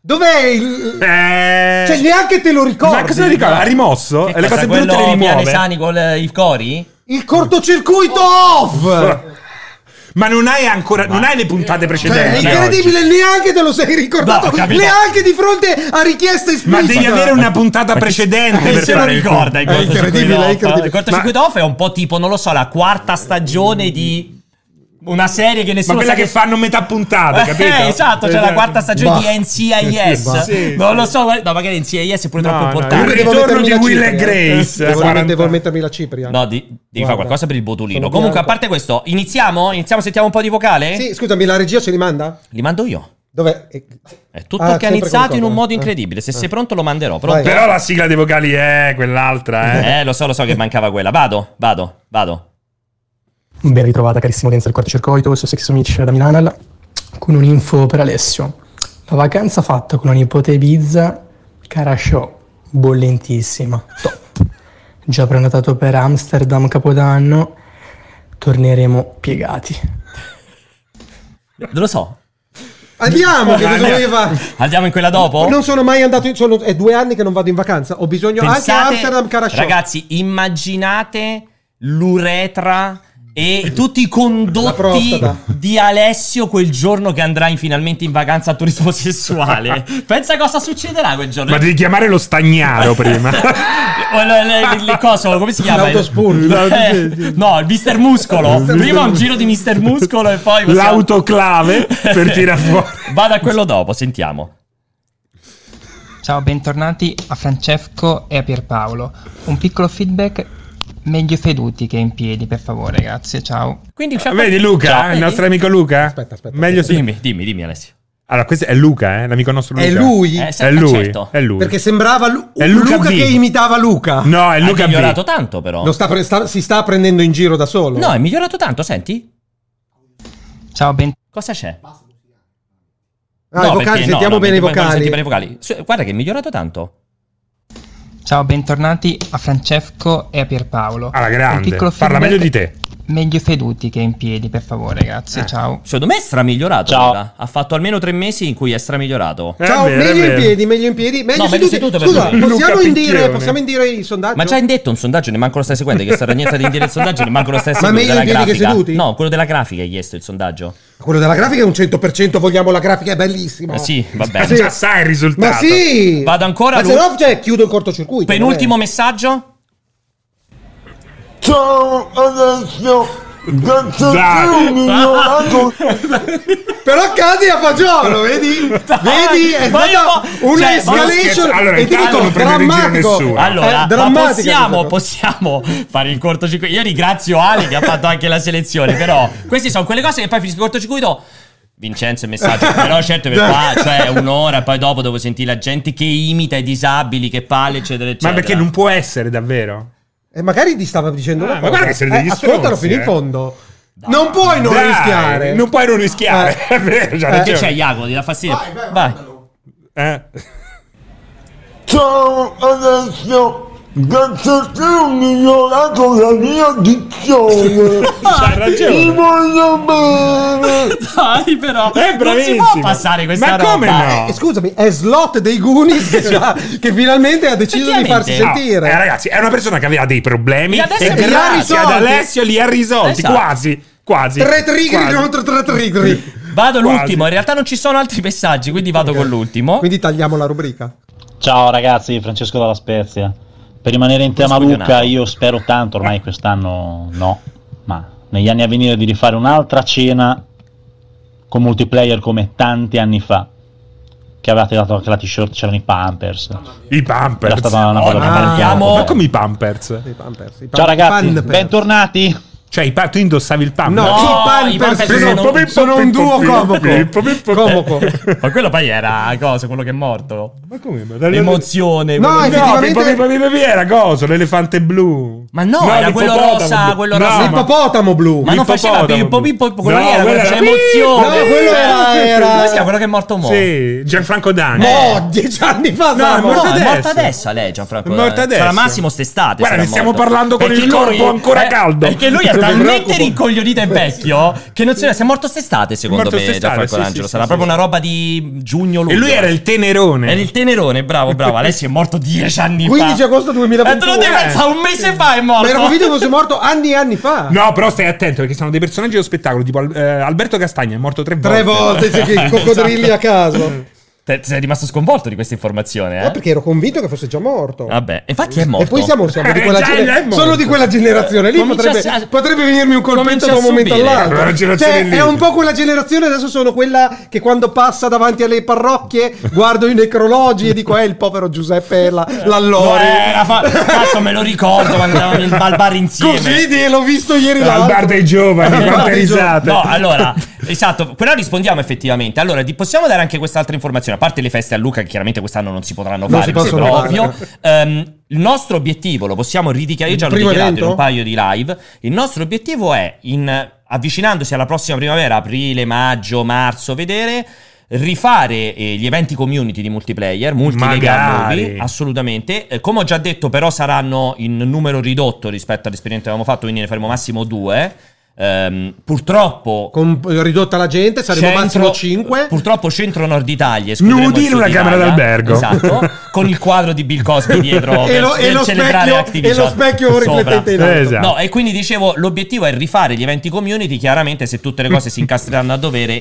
Dov'è il... Cioè, neanche te lo ricordi. Ma cosa lo ricorda? Ha rimosso? E le cose brutte le rimuove. Pianesani con i cori? Il cortocircuito off! Ma non hai ancora, non hai le puntate Cioè, precedenti. è incredibile, neanche te lo sei ricordato. No, capito. Neanche di fronte a richieste esplicite. Ma devi avere una puntata precedente Che per se lo fare il ricorda il È incredibile, è incredibile. Il cortocircuito off è un po' tipo, non lo so, la quarta stagione di una serie che Ma nessuno quella sa che fanno metà puntata, capito? esatto, c'è la quarta stagione di NCIS. Sì, non lo so, no, magari NCIS è pure troppo Il importante. Devo ritorno mettermi di la Will cipria, e Grace. Devo mettermi la cipria. No, devi Guarda, fare qualcosa per il botulino. sono Comunque, a bianco. parte questo, iniziamo? Sentiamo un po' di vocale? Sì, scusami, la regia ce li manda? Li mando io. Dov'è? È tutto Ah, organizzato sempre in un come modo cosa. incredibile. Se sei pronto lo manderò. Pronto? Vai. Però la sigla dei vocali è quell'altra, Lo so che mancava quella. Vado. Ben ritrovata carissima utenza del cortocircuito, questo Sexo Mitch da Milano con un'info per Alessio. La vacanza fatta con la nipote Ibiza, cara show, bollentissima, top. Già prenotato per Amsterdam Capodanno, torneremo piegati. Non lo so. Andiamo, che doveva... Andiamo in quella dopo? Non sono mai andato, è 2 anni che non vado in vacanza. Ho bisogno anche a Amsterdam Carasciò. Ragazzi, immaginate l'uretra e tutti i La condotti prostata. di Alessio quel giorno che andrà finalmente in vacanza a turismo sessuale. Pensa cosa succederà quel giorno. Ma devi chiamare lo stagnaro prima. Il coso, come si chiama? L'autospurto. No, il Mister Muscolo. Prima un giro di Mister Muscolo e poi L'autoclave per tirare fuori. Vado a quello dopo, sentiamo. Ciao, bentornati a Francesco e a Pierpaolo. Un piccolo feedback: meglio seduti che in piedi, per favore, grazie, ciao. Quindi c'è Vedi Luca, Ciao, il vedi? nostro amico Luca? Aspetta. Meglio se... Dimmi Alessio. Allora, questo è Luca, l'amico nostro Luca. È lui? È lui, certo. è lui. Perché sembrava È Luca Luca B. che imitava Luca. No, è Luca Ha B. migliorato tanto però. Si sta prendendo in giro da solo. No, è migliorato tanto, senti? Ciao, Cosa c'è? I vocali, perché sentiamo bene i voglio vocali. sentire bene i vocali. Guarda che è migliorato tanto. Ciao, bentornati a Francesco e a Pierpaolo. Alla Un grande. piccolo Parla feedback: meglio di te. meglio seduti che in piedi, per favore, grazie, ciao. Secondo me è stramigliorato. Ciao. Luca. Ha fatto almeno 3 mesi in cui è stramigliorato. Ciao, È vero, meglio è in vero. piedi, meglio in piedi. Meglio meglio seduti. seduto per Scusa, lui. Luca Picchione. possiamo indire il sondaggio? Ma già indetto un sondaggio, ne manco lo stai seguendo. Che sta niente di indire il sondaggio, ne manco lo stai Ma seguendo. meglio in Della piedi che grafica. seduti? No, quello della grafica hai chiesto il sondaggio. Quello della grafica è un 100%, vogliamo la grafica, è bellissimo. Sì, vabbè. Sì. Già sai il risultato. Ma sì! Vado ancora, Ma se no, cioè, chiudo il cortocircuito. Penultimo messaggio. Ciao Alessio, grazie Dai. a te migliorato. Però cadi a fagiolo, vedi? Vedi? È Ma io- stata una cioè, escalation. allora, e ti intanto dico, non prendete in giro drammatico. nessuno. Allora, ma drammatica possiamo fare il cortocircuito. Io ringrazio Ali che ha fatto anche la selezione, però queste sono quelle cose che poi finisco il cortocircuito. Vincenzo il messaggio, però certo per qua, cioè un'ora e poi dopo devo sentire la gente che imita i disabili, che palle, eccetera, eccetera. Ma perché non può essere davvero? E magari ti stava dicendo una ma cosa. guarda che siete degli ascoltalo stronzi, fino in fondo. Non puoi non Dai, rischiare. Non puoi non rischiare. È vero, c'ha Che ragione. c'è Iago? Ti dà fastidio? Vai. Ciao Alessio, grazie a te ho migliorato la mia dizione. C'hai Ti ragione. voglio bene. Dai, però. È Non si bravissimo. può passare questa Ma roba. come no? Scusami, è Slot dei Goonies che finalmente ha deciso di farsi Effettivamente. sentire. Ragazzi, è una persona che aveva dei problemi E adesso e li ha grazie ad risolti. Alessio li ha risolti. Esatto. Quasi. 3 trigger Quasi. contro 3 trigger. Vado Quasi. l'ultimo. In realtà non ci sono altri messaggi, quindi vado con l'ultimo. Quindi tagliamo la rubrica. Ciao ragazzi, Francesco dalla Spezia. Per rimanere in tema Scoglionato. Luca, io spero tanto, ormai quest'anno no, ma negli anni a venire di rifare un'altra cena con multiplayer come tanti anni fa, che avevate dato anche la t-shirt, c'erano i Pampers. I Pampers. Era stata una cosa che andiamo- Ma come i Pampers? I Pampers, i Ciao ragazzi, Pampers. bentornati. Cioè, tu indossavi il Pampers? No, No, i i Pampers Pampers sono un duo Pippo. comoco. Ma quello poi era cosa? Quello che è morto. Ma come? L'emozione. No, quello- effettivamente- Pippo era cosa? L'elefante blu. Ma no, era quello rosa, quello rosa. L'ippopotamo blu. Ma non faceva Pippo, quello lì era quello che c'è emozione. No, quello era Come si chiama quello che è morto mo'? Sì, Gianfranco Dani. 10 anni fa. No, È morto adesso lei, Gianfranco. È morto adesso. Sarà massimo st'estate. Guarda, sarà ne stiamo morto. parlando con Perché il corpo ancora caldo. Perché lui è talmente rincoglionito e vecchio che non si è morto st'estate, secondo Morto me, st'estate, Gianfranco sì, D'Angelo. sì, Sarà sì, proprio sì. una roba di giugno-luglio. E lui era il tenerone. Era il tenerone, bravo. Alessio è morto 10 anni fa. 15 agosto 2021. E te lo devi pensare, un mese fa è morto. Ma ero convinto che fosse morto anni e anni fa. No, però stai attento perché sono dei personaggi dello spettacolo. Tipo Alberto Castagna è morto 3 volte. 3 volte, che coccodrilli a caso. Sei rimasto sconvolto di questa informazione, No, perché ero convinto che fosse già morto. Vabbè, infatti è morto. E poi siamo di quella Già, è morto. sono di quella generazione lì. Comincia Potrebbe venirmi un colpetto comincia da un a momento subire. all'altro. Quella generazione lì. È un po' quella generazione. Adesso sono quella che quando passa davanti alle parrocchie guardo i necrologi e dico: il povero Giuseppe l'allori. Cazzo, me lo ricordo quando andavamo al bar insieme. Così l'ho visto ieri Al l'altro. bar dei giovani, quante risate. No, allora, esatto, però rispondiamo effettivamente. Allora, possiamo dare anche quest'altra informazione, a parte le feste a Luca, che chiaramente quest'anno non si potranno Non fare, si questo è possono ovvio. Il nostro obiettivo, lo possiamo ridichiarare, io già l'ho Primo dichiarato in evento? un paio di live. Il nostro obiettivo è, avvicinandosi alla prossima primavera, aprile, maggio, marzo, vedere... rifare gli eventi community di multiplayer, multilega nuovi, assolutamente. Come ho già detto, però saranno in numero ridotto rispetto all'esperienza che avevamo fatto, quindi ne faremo massimo 2. Purtroppo ridotta la gente, saremo massimo 5. Purtroppo centro nord Italia nudi in una camera d'albergo, esatto, con il quadro di Bill Cosby dietro e lo specchio riflettente in alto. Esatto. No, e quindi dicevo, l'obiettivo è rifare gli eventi community, chiaramente se tutte le cose si incastreranno a dovere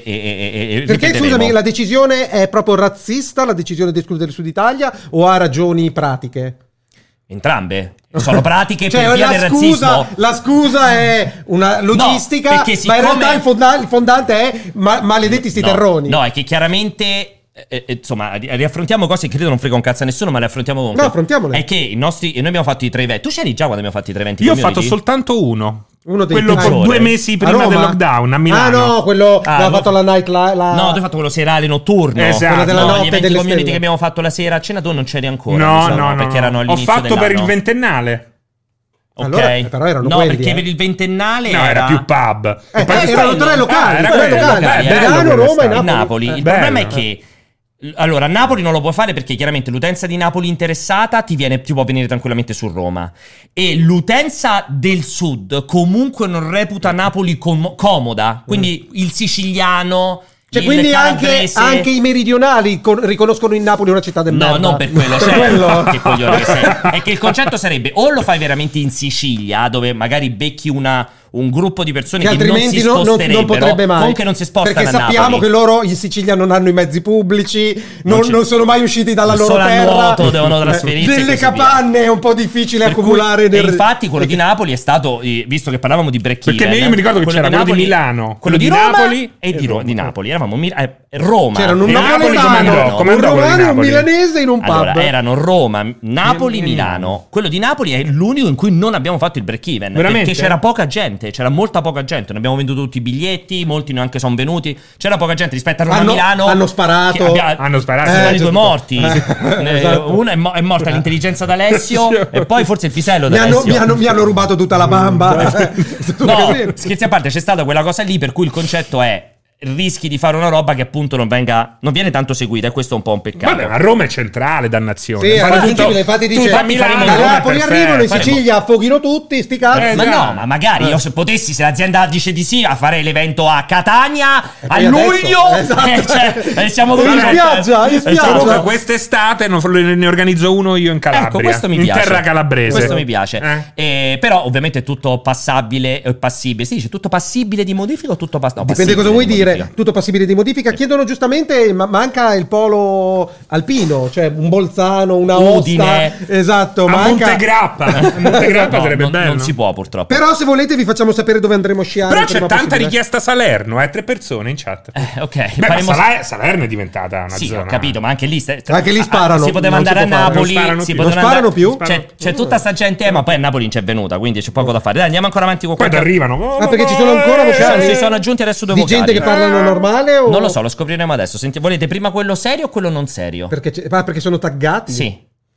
e perché ripeteremo. scusami, la decisione è proprio razzista, la decisione di escludere il Sud Italia, o ha ragioni pratiche? Entrambe sono pratiche Cioè, per via del razzismo. La scusa è una logistica, No, perché ma in realtà il fondante è maledetti sti terroni. No, è che chiaramente insomma, riaffrontiamo cose che credo non frega un cazzo a nessuno, ma le affrontiamo comunque. No, affrontiamole. È che noi abbiamo fatto i 3 eventi. Tu c'eri già quando abbiamo fatto i 3 eventi? Io ho community? fatto soltanto uno. Uno dei quello peggiori. 2 mesi prima del lockdown a Milano. Ah no, quello aveva fatto la night No, tu hai fatto quello serale notturno. Esatto. Quella della notte gli eventi delle community stelle. che abbiamo fatto la sera a cena, tu non c'eri ancora. No, perché erano ho all'inizio fatto per il dell'anno. ventennale. Ok, Allora, però erano no, quelli, perché per il ventennale No, era più pub. E poi c'è erano stato- 3 locali, era 3 quello, locali. bello Milano, quello Roma e stato. Napoli. Il Bello. problema è che allora, Napoli non lo puoi fare perché chiaramente l'utenza di Napoli interessata ti può venire tranquillamente su Roma. E l'utenza del sud comunque non reputa Napoli comoda. Quindi il siciliano, Cioè, il quindi calabrese... anche i meridionali riconoscono in Napoli una città del No, merda. non per quello, Per cioè, quello. che coglione che sei. È che il concetto sarebbe o lo fai veramente in Sicilia, dove magari becchi un gruppo di persone Che che non altrimenti si non sposterebbero, potrebbe mai. comunque non si spostano perché a sappiamo Napoli. che loro in Sicilia non hanno i mezzi pubblici, non sono mai usciti dalla loro Solo a terra. nuoto devono trasferirsi e Nelle così capanne è un po' difficile Per cui- accumulare e infatti quello di Napoli è stato, visto che parlavamo di break Perché io mi ricordo che c'era quello di Milano, quello di Roma Napoli e di Napoli. Eravamo Roma, c'erano un Napoli napoletano, com'è un andato quello di romano e un Napoli? milanese in un pub. Allora, erano Roma, Napoli, Milano. Quello di Napoli è l'unico in cui non abbiamo fatto il break even. Veramente? Perché c'era poca gente, c'era molta poca gente. Non abbiamo venduto tutti i biglietti, molti neanche sono venuti. C'era poca gente rispetto a Roma Milano. Hanno sparato. Hanno sparato. Sono i giusto. due morti. Esatto. Uno è morta l'intelligenza d'Alessio e poi forse il pisello d'Alessio. mi hanno rubato tutta la bamba. No, scherzi a parte, c'è stata quella cosa lì per cui il concetto è rischi di fare una roba che appunto non viene tanto seguita, e questo è un po' un peccato. Vabbè, ma Roma è centrale, dannazione. Sì, è Fare raggiungibile, infatti dice tutto a Milano, da Roma è Napoli perfetto. arrivano, in Sicilia affoghino tutti, sti cazzi. Ma no, ma magari io se potessi, se l'azienda dice di sì, a fare l'evento a Catania a poi adesso, luglio, esatto. siamo In spiaggia, in spiaggia. Comunque quest'estate ne organizzo uno io in Calabria. Ecco, questo mi in piace. terra calabrese. Questo mi piace. Però ovviamente è tutto passibile. Si dice tutto passibile di modifica o tutto passibile? Dipende cosa vuoi dire. Tutto passibile di modifica. Chiedono giustamente, ma manca il polo alpino, cioè un Bolzano, una Udine. Osta. Esatto, A manca. Montegrappa. A Montegrappa No, sarebbe bello. non si può purtroppo. Però se volete vi facciamo sapere dove andremo a sciare. Però il c'è prima tanta possibile. richiesta a Salerno, 3 persone in chat. Ok, Beh, faremo... ma Salerno è diventata una Sì, zona. ho capito, ma anche lì sparano. si poteva Non si andare a può fare. Napoli. Non sparano si più. poteva Non andare- sparano più? C'è tutta sta gente, ma poi a Napoli non c'è venuta, quindi c'è poco da fare. Dai, andiamo ancora avanti con Poi ti qualche... arrivano. Ah, perché ci sono ancora vocali? Si sono aggiunti adesso 2 Di vocali. gente che parlano normale o... Non lo so, lo scopriremo adesso. Volete prima quello serio o quello non serio? Perché sono taggati? Sì.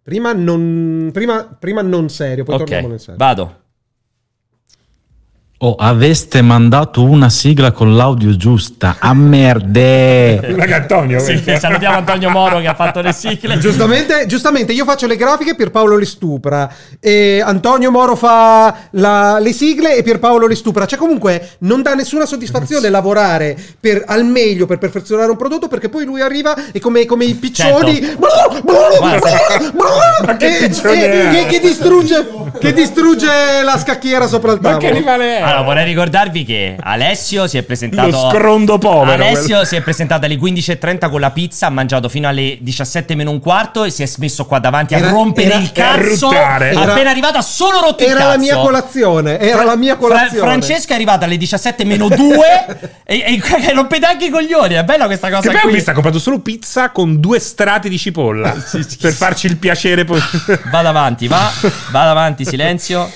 Prima non serio, poi torniamo nel serio. Vado. Aveste mandato una sigla con l'audio giusta. A merde. Antonio. Sì, salutiamo Antonio Moro che ha fatto le sigle. Giustamente, io faccio le grafiche, Pierpaolo le stupra. E Antonio Moro fa le sigle e Pierpaolo le stupra. Cioè, comunque, non dà nessuna soddisfazione lavorare al meglio per perfezionare un prodotto, perché poi lui arriva e come i piccioni. Che distrugge la scacchiera sopra il tavolo. Ma che animale è? Allora, vorrei ricordarvi che Alessio si è presentato. Lo scrondo povero. Alessio si è presentato alle 15:30 con la pizza, ha mangiato fino alle 17:15 e si è smesso qua davanti a rompere il cazzo. Appena arrivato ha solo rotto il cazzo. Era la mia colazione. Francesco è arrivato alle 17:02 e rompete anche i coglioni. È bella questa cosa. Che poi ho visto, ha comprato solo pizza con 2 strati di cipolla per farci il piacere. Vado avanti, vado avanti, silenzio.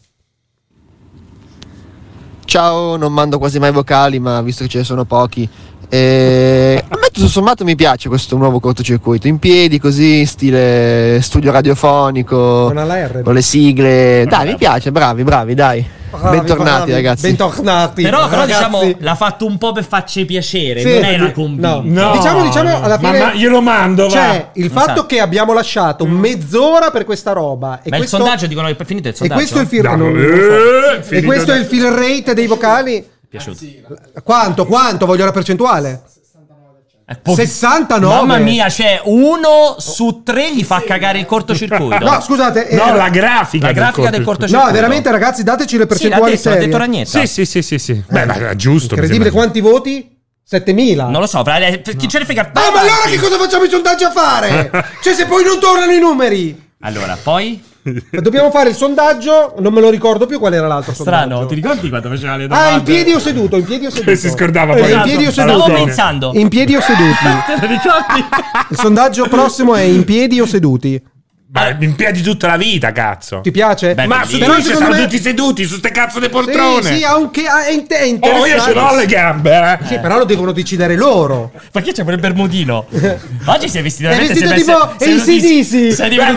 Ciao, non mando quasi mai vocali, ma visto che ce ne sono pochi, a me tutto sommato mi piace questo nuovo cortocircuito, in piedi così, stile studio radiofonico, con le sigle. Dai, mi piace, bravi, dai. Bentornati, ragazzi. Bentornati. Però ragazzi, diciamo, l'ha fatto un po' per farci piacere, sì, non era convinto. No. Diciamo alla fine. Ma glielo mando, cioè, il fatto che abbiamo lasciato mezz'ora per questa roba. Ma il sondaggio dicono che è finito il sondaggio. E questo è il fill E questo è il fill rate dei vocali. Piaciuto. Quanto? Voglio la percentuale. 69. Mamma mia, cioè 1 su 3 gli fa cagare il cortocircuito. No, scusate, la grafica del cortocircuito. No, veramente, ragazzi, dateci le percentuali serie. L'ha detto Ragnetta. Sì. Beh, ma è giusto. Incredibile, quanti voti? 7.000. Non lo so, chi ce ne frega? Ma allora che cosa facciamo i sondaggi a fare? Cioè, se poi non tornano i numeri. Allora, poi dobbiamo fare il sondaggio. Non me lo ricordo più qual era l'altro sondaggio. Strano, ti ricordi quando faceva le domande? In piedi o seduto? Si scordava poi. In piedi o seduto? Stavo pensando. In piedi o seduti? Te lo ricordi? Il sondaggio prossimo è in piedi o seduti? Ma in piedi tutta la vita, cazzo. Ti piace? Ma su Twitch stanno tutti seduti su ste cazzo di poltrone. Sì, anche è interessante. Io ce l'ho le gambe, Sì, però lo devono decidere loro. Ma che c'è pure il bermudino? Oggi sei vestito veramente tipo AC/DC.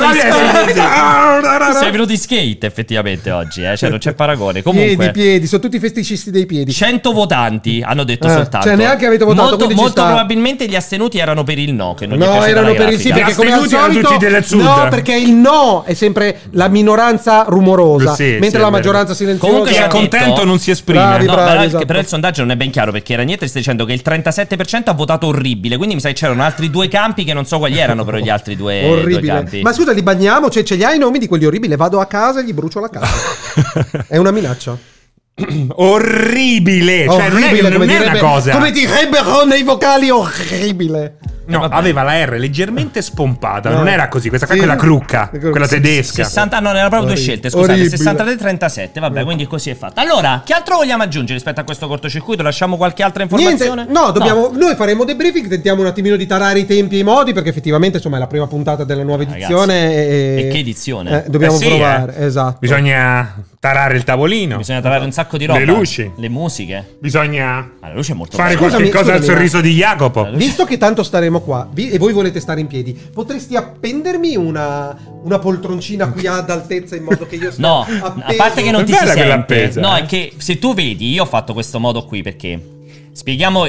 Sei venuto in skate effettivamente oggi, cioè non c'è paragone. Comunque piedi, sono tutti festicisti dei piedi. 100 votanti hanno detto soltanto. Cioè neanche avete votato. Molto probabilmente gli astenuti erano per il no, che non no, erano per il sì, perché come al solito tutti del sud. No, perché il no è sempre la minoranza rumorosa, mentre la maggioranza silenziosa. Comunque chi è contento non si esprime. Bravi, esatto. Però il sondaggio non è ben chiaro, perché Ragnetta sta dicendo che il 37% ha votato orribile, quindi mi sa che c'erano altri 2 campi che non so quali erano, però gli altri due campi. Ma scusa, li bagniamo? Cioè, ce li hai i nomi di quelli orribili? Vado a casa e gli brucio la casa. È una minaccia. Orribile, cioè non è una cosa. Come direbbero nei vocali, orribile. No, aveva la R leggermente spompata, non era così, questa qua è quella crucca, quella tedesca. 60, no, erano proprio 2 scelte, scusate, 63-37, vabbè, quindi così è fatta. Allora, che altro vogliamo aggiungere rispetto a questo cortocircuito? Lasciamo qualche altra informazione? Niente, noi faremo debriefing, tentiamo un attimino di tarare i tempi e i modi, perché effettivamente insomma è la prima puntata della nuova edizione. E che edizione? Dobbiamo provare, esatto. Bisogna tarare il tavolino. Bisogna tarare un sacco di roba. Le luci. Le musiche. Bisogna la luce è molto fare qualche cosa al sorriso di Jacopo. Visto che tanto staremo qua e voi volete stare in piedi, potresti appendermi una poltroncina qui ad altezza in modo che io stia appeso? A parte che non ti si sente. Appesa, no, è che se tu vedi, io ho fatto questo modo qui perché parliamo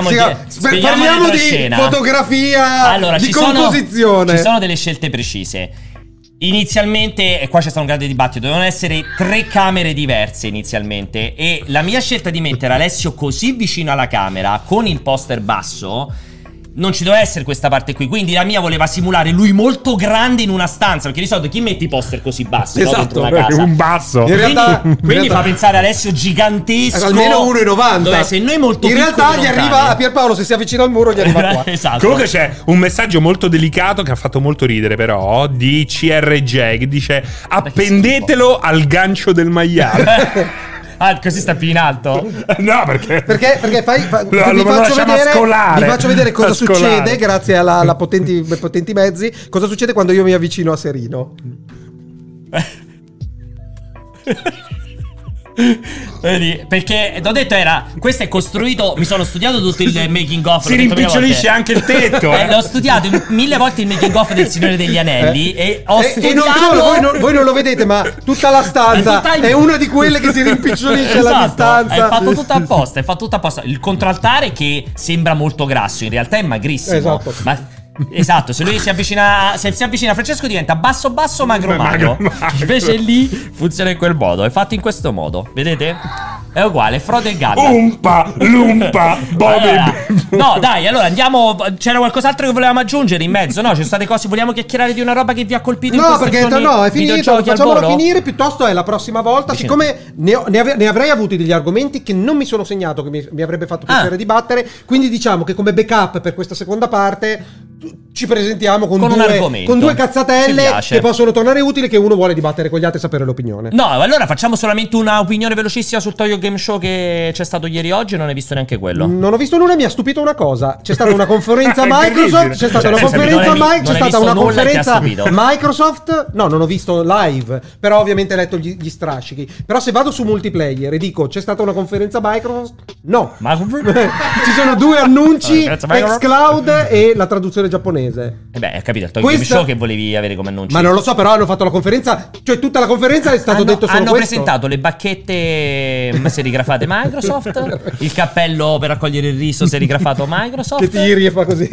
di fotografia, di composizione. Ci sono delle scelte precise. Inizialmente, e qua c'è stato un grande dibattito, dovevano essere 3 camere diverse inizialmente, e la mia scelta di mettere Alessio così vicino alla camera con il poster basso non ci doveva essere questa parte qui, quindi la mia voleva simulare lui molto grande in una stanza, perché di solito chi mette i poster così bassi, esatto, no, una casa. Un basso. Quindi fa pensare Alessio gigantesco, almeno 1,90. Dove sei noi molto in realtà gli arriva a Pierpaolo, se si avvicina al muro gli arriva qua. Esatto. Comunque c'è un messaggio molto delicato che ha fatto molto ridere, però, di CRJ, che dice appendetelo al gancio del maiale. Così sta più in alto? No, perché vi faccio vedere cosa succede grazie alla potenti mezzi. Cosa succede quando io mi avvicino a Serino? Vedi? Perché t'ho detto questo è costruito. Mi sono studiato tutto il making of. Si rimpicciolisce anche il tetto. L'ho studiato 1000 volte il making of del Signore degli Anelli. E ho studiato. E non solo, voi non lo vedete, ma tutta la stanza è una di quelle che si rimpicciolisce alla distanza. È fatto tutto apposta. È fatto tutto apposta. Il controaltare che sembra molto grasso, in realtà è magrissimo. Esatto. Esatto, se lui si avvicina a Francesco diventa basso magro. Invece lì funziona in quel modo. È fatto in questo modo, vedete? È uguale, Frodo e Gandalf. Lumpa, No, dai, allora andiamo. C'era qualcos'altro che volevamo aggiungere in mezzo? No, ci sono state cose. Vogliamo chiacchierare di una roba che vi ha colpito in questi giorni? No, è finito. Videogiochi al Facciamolo volo? finire. Piuttosto è la prossima volta. Siccome ne avrei avuti degli argomenti che non mi sono segnato, che mi avrebbe fatto piacere dibattere. Quindi diciamo che come backup per questa seconda parte ci presentiamo con due cazzatelle che possono tornare utili, che uno vuole dibattere con gli altri e sapere l'opinione. No, allora facciamo solamente una opinione velocissima sul Tokyo Game Show che c'è stato ieri oggi. Non hai visto neanche quello? Non ho visto nulla e mi ha stupito una cosa. C'è stata una conferenza Microsoft. C'è stata una conferenza Microsoft. No, non ho visto live, però ovviamente ho letto gli strascichi. Però se vado su multiplayer e dico c'è stata una conferenza Microsoft, no. Ci sono due annunci, xCloud e la traduzione giapponese. Hai capito, il Tokyo Game Show che volevi avere come annuncio. Ma non lo so, però hanno fatto la conferenza, cioè tutta la conferenza è stato detto solo hanno questo. presentato le bacchette serigrafate Microsoft, il cappello per raccogliere il riso serigrafato Microsoft. Che tiri e fa così.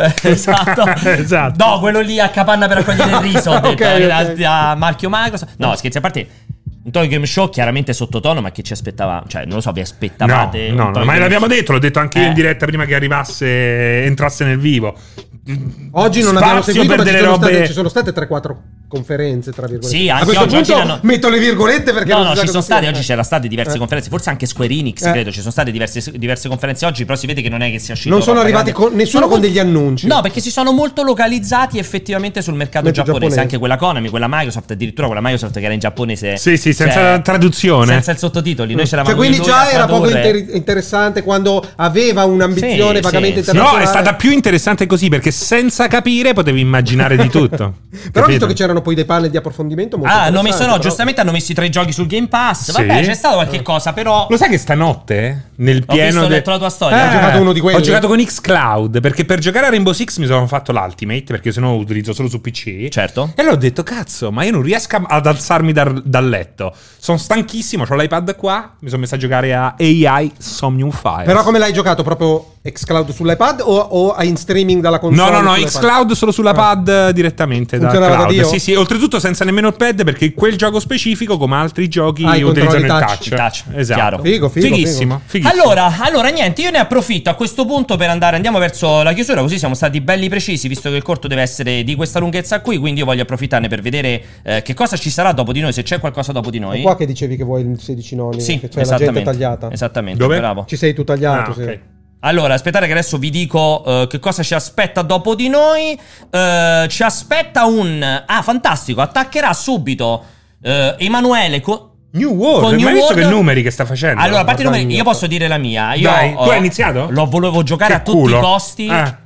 Esatto. No, quello lì a capanna per raccogliere il riso, ho detto, a marchio Microsoft. No, scherzi a parte. Un Tokyo Game Show chiaramente sottotono, ma che ci aspettava? Cioè, non lo so, vi aspettavate? No, ma l'abbiamo detto, l'ho detto anche io in diretta prima che entrasse nel vivo. Oggi non abbiamo seguito, ma ci sono state 3-4 conferenze, tra virgolette. Sì, anche a questo punto metto le virgolette perché no, ci sono state, oggi c'erano state diverse conferenze, forse anche Square Enix, credo, ci sono state diverse conferenze oggi, però si vede che non è che sia uscito. Non sono arrivati nessuno con degli annunci. No, perché si sono molto localizzati effettivamente sul mercato giapponese, anche quella Konami, quella Microsoft, addirittura quella Microsoft che era in giapponese. Sì, senza traduzione. Senza il sottotitoli, noi c'eravamo. Cioè, quindi già era poco interessante quando aveva un'ambizione vagamente internazionale. No, è stata più interessante così, perché senza capire potevi immaginare di tutto. Però ho visto che c'erano poi dei panel di approfondimento molto giustamente hanno messo i 3 giochi sul Game Pass. Vabbè, c'è stato qualche cosa, però. Lo sai che stanotte nel pieno ho letto la tua storia. Ho giocato uno di quelli. Ho giocato con xCloud, perché per giocare a Rainbow Six mi sono fatto l'Ultimate, perché sennò utilizzo solo su PC. Certo. E allora ho detto cazzo, ma io non riesco ad alzarmi dal letto. Sono stanchissimo, ho l'iPad qua, mi sono messo a giocare a AI Somnium Files. Però come l'hai giocato? Proprio xCloud sull'iPad o in streaming dalla console? No, xCloud solo sull'iPad direttamente da cloud. Sì, oltretutto senza nemmeno il pad, perché quel gioco specifico, come altri giochi, utilizzano il touch. Esatto. Fighissimo. Allora niente, io ne approfitto a questo punto per andiamo verso la chiusura, così siamo stati belli precisi, visto che il corto deve essere di questa lunghezza qui, quindi io voglio approfittarne per vedere che cosa ci sarà dopo di noi, se c'è qualcosa dopo di noi. È qua che dicevi che vuoi il 16 noni, sì, che c'è la gente tagliata. Esattamente. Dove? Bravo. Ci sei tu tagliato, sì. Okay. Allora, aspettate che adesso vi dico che cosa ci aspetta dopo di noi. Ci aspetta fantastico, attaccherà subito Emanuele con New World. Ma hai visto che numeri che sta facendo? Allora, a parte i numeri, io posso dire la mia. Tu hai iniziato? Lo volevo giocare a tutti i costi.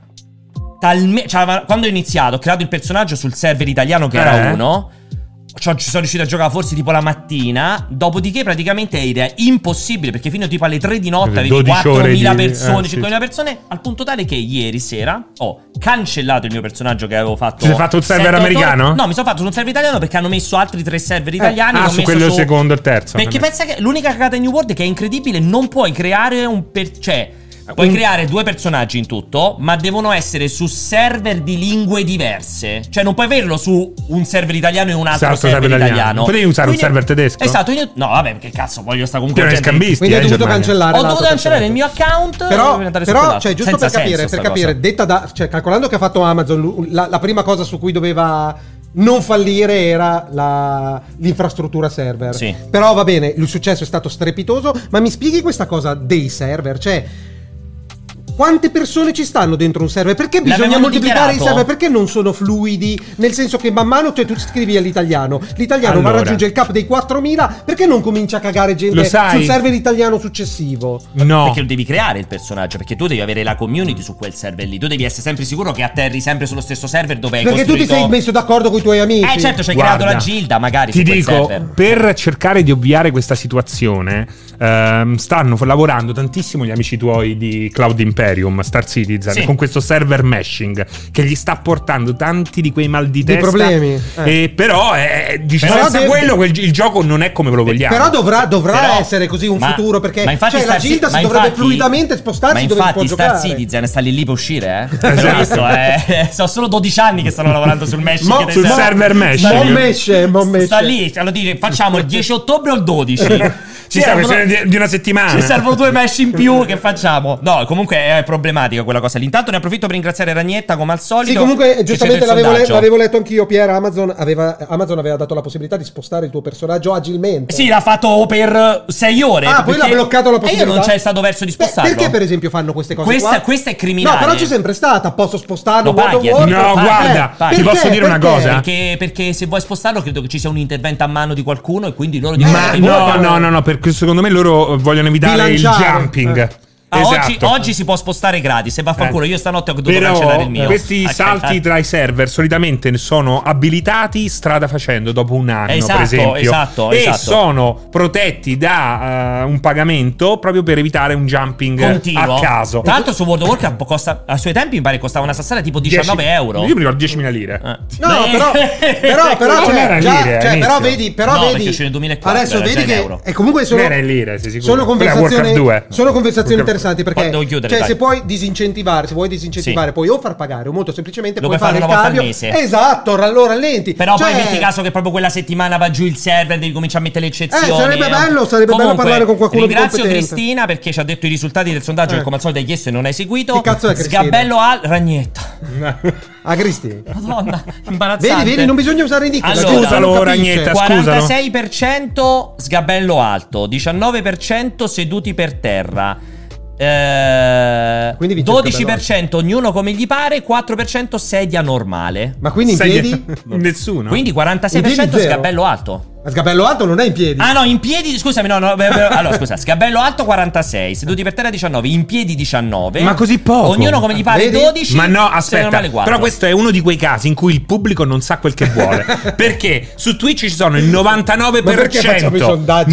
Quando ho iniziato, ho creato il personaggio sul server italiano che era uno. Ci sono riuscito a giocare forse tipo la mattina. Dopodiché praticamente era impossibile, perché fino tipo alle 3 di notte avevi 4.000 persone, 5.000 persone, al punto tale che ieri sera ho cancellato il mio personaggio che avevo fatto. Ti sei fatto un server americano? No, mi sono fatto su un server italiano, perché hanno messo altri 3 server italiani. Su quello secondo e terzo. Perché pensa che l'unica cagata in New World è che è incredibile, non puoi creare puoi creare 2 personaggi in tutto, ma devono essere su server di lingue diverse. Cioè non puoi averlo su un server italiano e un altro server italiano. Potevi usare un server tedesco? Esatto, no vabbè, che cazzo, voglio stare comunque scambisti. Quindi hai dovuto cancellare. Ho dovuto cancellare il mio account. Però cioè, giusto per capire, cioè, calcolando che ha fatto Amazon, la prima cosa su cui doveva non fallire era l'infrastruttura server. Sì. Però va bene, il successo è stato strepitoso. Ma mi spieghi questa cosa dei server? Cioè, quante persone ci stanno dentro un server? Perché bisogna L'avevamo moltiplicare i dichiarato. server? Perché non sono fluidi? Nel senso che man mano tu scrivi all'italiano, l'italiano Allora. va a raggiungere il cap dei 4.000, perché non comincia a cagare Lo gente sai? sul server italiano successivo? No. Perché lo devi creare il personaggio, perché tu devi avere la community su quel server lì. Tu devi essere sempre sicuro che atterri sempre sullo stesso server dove hai Perché tu ti costruito. sei messo d'accordo con i tuoi amici. Certo, ci hai Guarda, creato la gilda magari Ti su quel dico, server. per cercare di ovviare questa situazione, stanno lavorando tantissimo gli amici tuoi di Cloud Imperium, Star Citizen, Sì. con questo server meshing che gli sta portando tanti di quei mal di Dei testa. problemi. Però dici, Però senza quello il gioco non è come ve lo vogliamo. Però dovrà Però- essere così un ma- futuro, perché ma infatti la Star gilda ma si dovrebbe infatti- fluidamente spostarsi ma dove si può infatti Star giocare. Citizen sta lì per uscire, eh? Esatto. L'ho visto, sono solo 12 anni che stanno lavorando sul meshing dei sul server meshing. Mon mesce. Sta lì, allora dire, facciamo il 10 ottobre o il 12. Ci sta questione di una settimana. Ci servono 2 mesh in più, che facciamo? No, comunque è problematica quella cosa lì. Intanto ne approfitto per ringraziare Ragnetta come al solito. Sì, comunque che giustamente c'è del sondaggio. l'avevo letto anch'io, Pier. Amazon aveva dato la possibilità di spostare il tuo personaggio agilmente. Sì, l'ha fatto per 6 ore. Ah, poi l'ha bloccato la E possibilità. io non c'è stato verso di spostarlo. Perché per esempio fanno queste cose Questa qua? è criminale. No, però c'è sempre stata. Posso spostarlo? Lo paghi, World of No, Warcraft? guarda, paghi. ti posso dire una cosa? Perché se vuoi spostarlo credo che ci sia un intervento a mano di qualcuno e quindi loro Ma dicono no, perché secondo me loro vogliono evitare il Bilanciare. jumping. Esatto. oggi si può spostare gratis. Se va a fanculo, io stanotte ho dovuto Però cancellare il mio. questi salti tra i server solitamente sono abilitati strada facendo dopo un anno, Esatto, per esempio. esatto. E sono protetti da un pagamento proprio per evitare un jumping Continuo. a caso. Tra l'altro su World of Warcraft costa, a suoi tempi mi pare costava una sassata tipo 19 euro. Io mi ricordo 10.000 lire. No, però Non cioè, era già, lire, cioè, all'inizio. però vedi, No, perché uscì nel 2004, adesso era vedi già in che euro. e comunque sono Non era in lire, sei sicuro? sono Quella è conversazioni Warcraft 2. sono conversazioni Warcraft. interessanti, perché Devo chiudere, cioè dai. se puoi disincentivare, Sì. puoi o far pagare o molto semplicemente Lo puoi puoi fare fare il una volta al cambio. mese. Esatto, lo rallenti. Però Cioè, poi metti caso che proprio quella settimana va giù il server, devi cominciare a mettere le eccezioni. sarebbe bello parlare con qualcuno di ringrazio competente. Cristina perché ci ha detto i risultati del sondaggio che come al solito hai chiesto e non hai seguito. Che cazzo è Cristina? Sgabello al Ragnetta. a Cristi. Madonna, imbarazzante. Vedi, non bisogna usare i nick. Allora, Scusalo, Ragnetta, scusalo. 46% sgabello alto, 19% seduti per terra. Quindi vince il 12% ognuno come gli pare, 4% sedia normale. Ma quindi in piedi? Nessuno. Quindi 46% In piedi zero. sgabello alto. Ma Sgabello alto non è in piedi. Ah no, in piedi, scusami, allora scusa, sgabello alto 46, seduti per terra 19, in piedi 19. Ma così poco? Ognuno come gli pare Vedi? 12. Ma no, sedia aspetta, normale 4. però questo è uno di quei casi in cui il pubblico non sa quel che vuole. Perché su Twitch ci sono il 99%. Ma perché facciamo i sondaggi?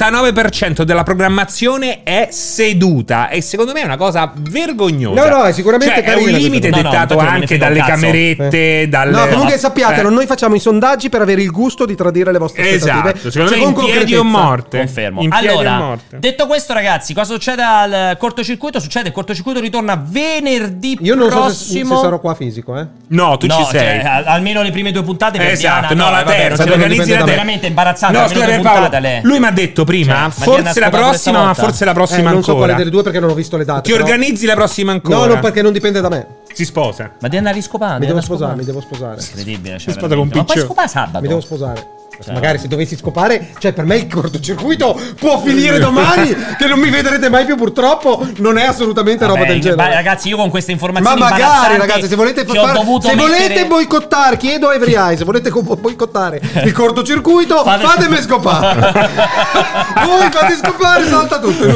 99% della programmazione è seduta. E secondo me è una cosa vergognosa. No, è sicuramente cioè, è un carina limite questa cosa. dettato No, infatti anche non me ne dalle frega un cazzo. camerette, dalle. No, comunque sappiatelo, noi facciamo i sondaggi per avere il gusto di tradire le vostre aspettative. Esatto, secondo me Cioè, in con piedi o concretezza. morte. Confermo. In piedi o Allora, morte. detto questo, ragazzi, cosa succede al cortocircuito? Succede, il cortocircuito ritorna venerdì Io non prossimo. so se sarò qua fisico, No, tu No, ci sei. cioè, almeno le prime 2 puntate per Esatto, Diana, no, la vabbè, terza, non ti ce- organizzi la è terza. veramente imbarazzante. No, almeno scusa, 2 Paolo, puntate lei. lui mi ha detto prima, Cioè, ma forse Diana la scopa questa prossima, ma volta? forse la prossima non so ancora. quale delle due perché non ho visto le date. Ti però. organizzi la prossima ancora? No, perché non dipende da me. Si sposa. Ma devi andare a riscopare. Mi devo sposare. Incredibile. Si sposa con Ma puoi Piccio. scopare sabato? Mi devo sposare. Magari se dovessi scopare, cioè per me il cortocircuito può finire domani, che non mi vedrete mai più purtroppo, non è assolutamente roba del genere. Ragazzi, io con queste Ma informazioni magari imbarazzanti ragazzi, se volete che ho dovuto volete boicottare, chiedo a Every Eye, se volete boicottare il cortocircuito, fatemi scopare. Voi fate scopare, salta tutto.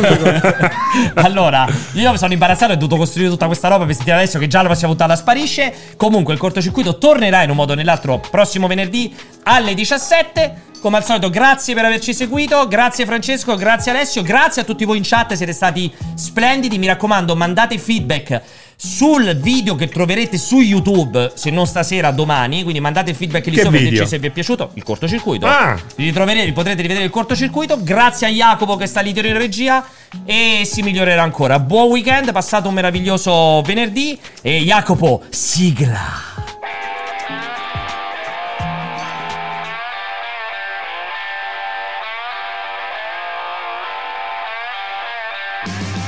Allora, io sono imbarazzato e ho dovuto costruire tutta questa roba per sentire adesso che già la prossima puntata sparisce. Comunque il cortocircuito tornerà in un modo o nell'altro prossimo venerdì alle 17. Come al solito, grazie per averci seguito. Grazie Francesco, grazie Alessio, grazie a tutti voi in chat, siete stati splendidi. Mi raccomando, mandate feedback sul video che troverete su YouTube, se non stasera, domani. Quindi mandate il feedback lì Che sopra per video? dirci se vi è piaciuto il cortocircuito. Ah! Potrete rivedere il cortocircuito. Grazie a Jacopo che sta lì dietro in regia. E si migliorerà ancora. Buon weekend, passate un meraviglioso venerdì. E Jacopo, sigla. You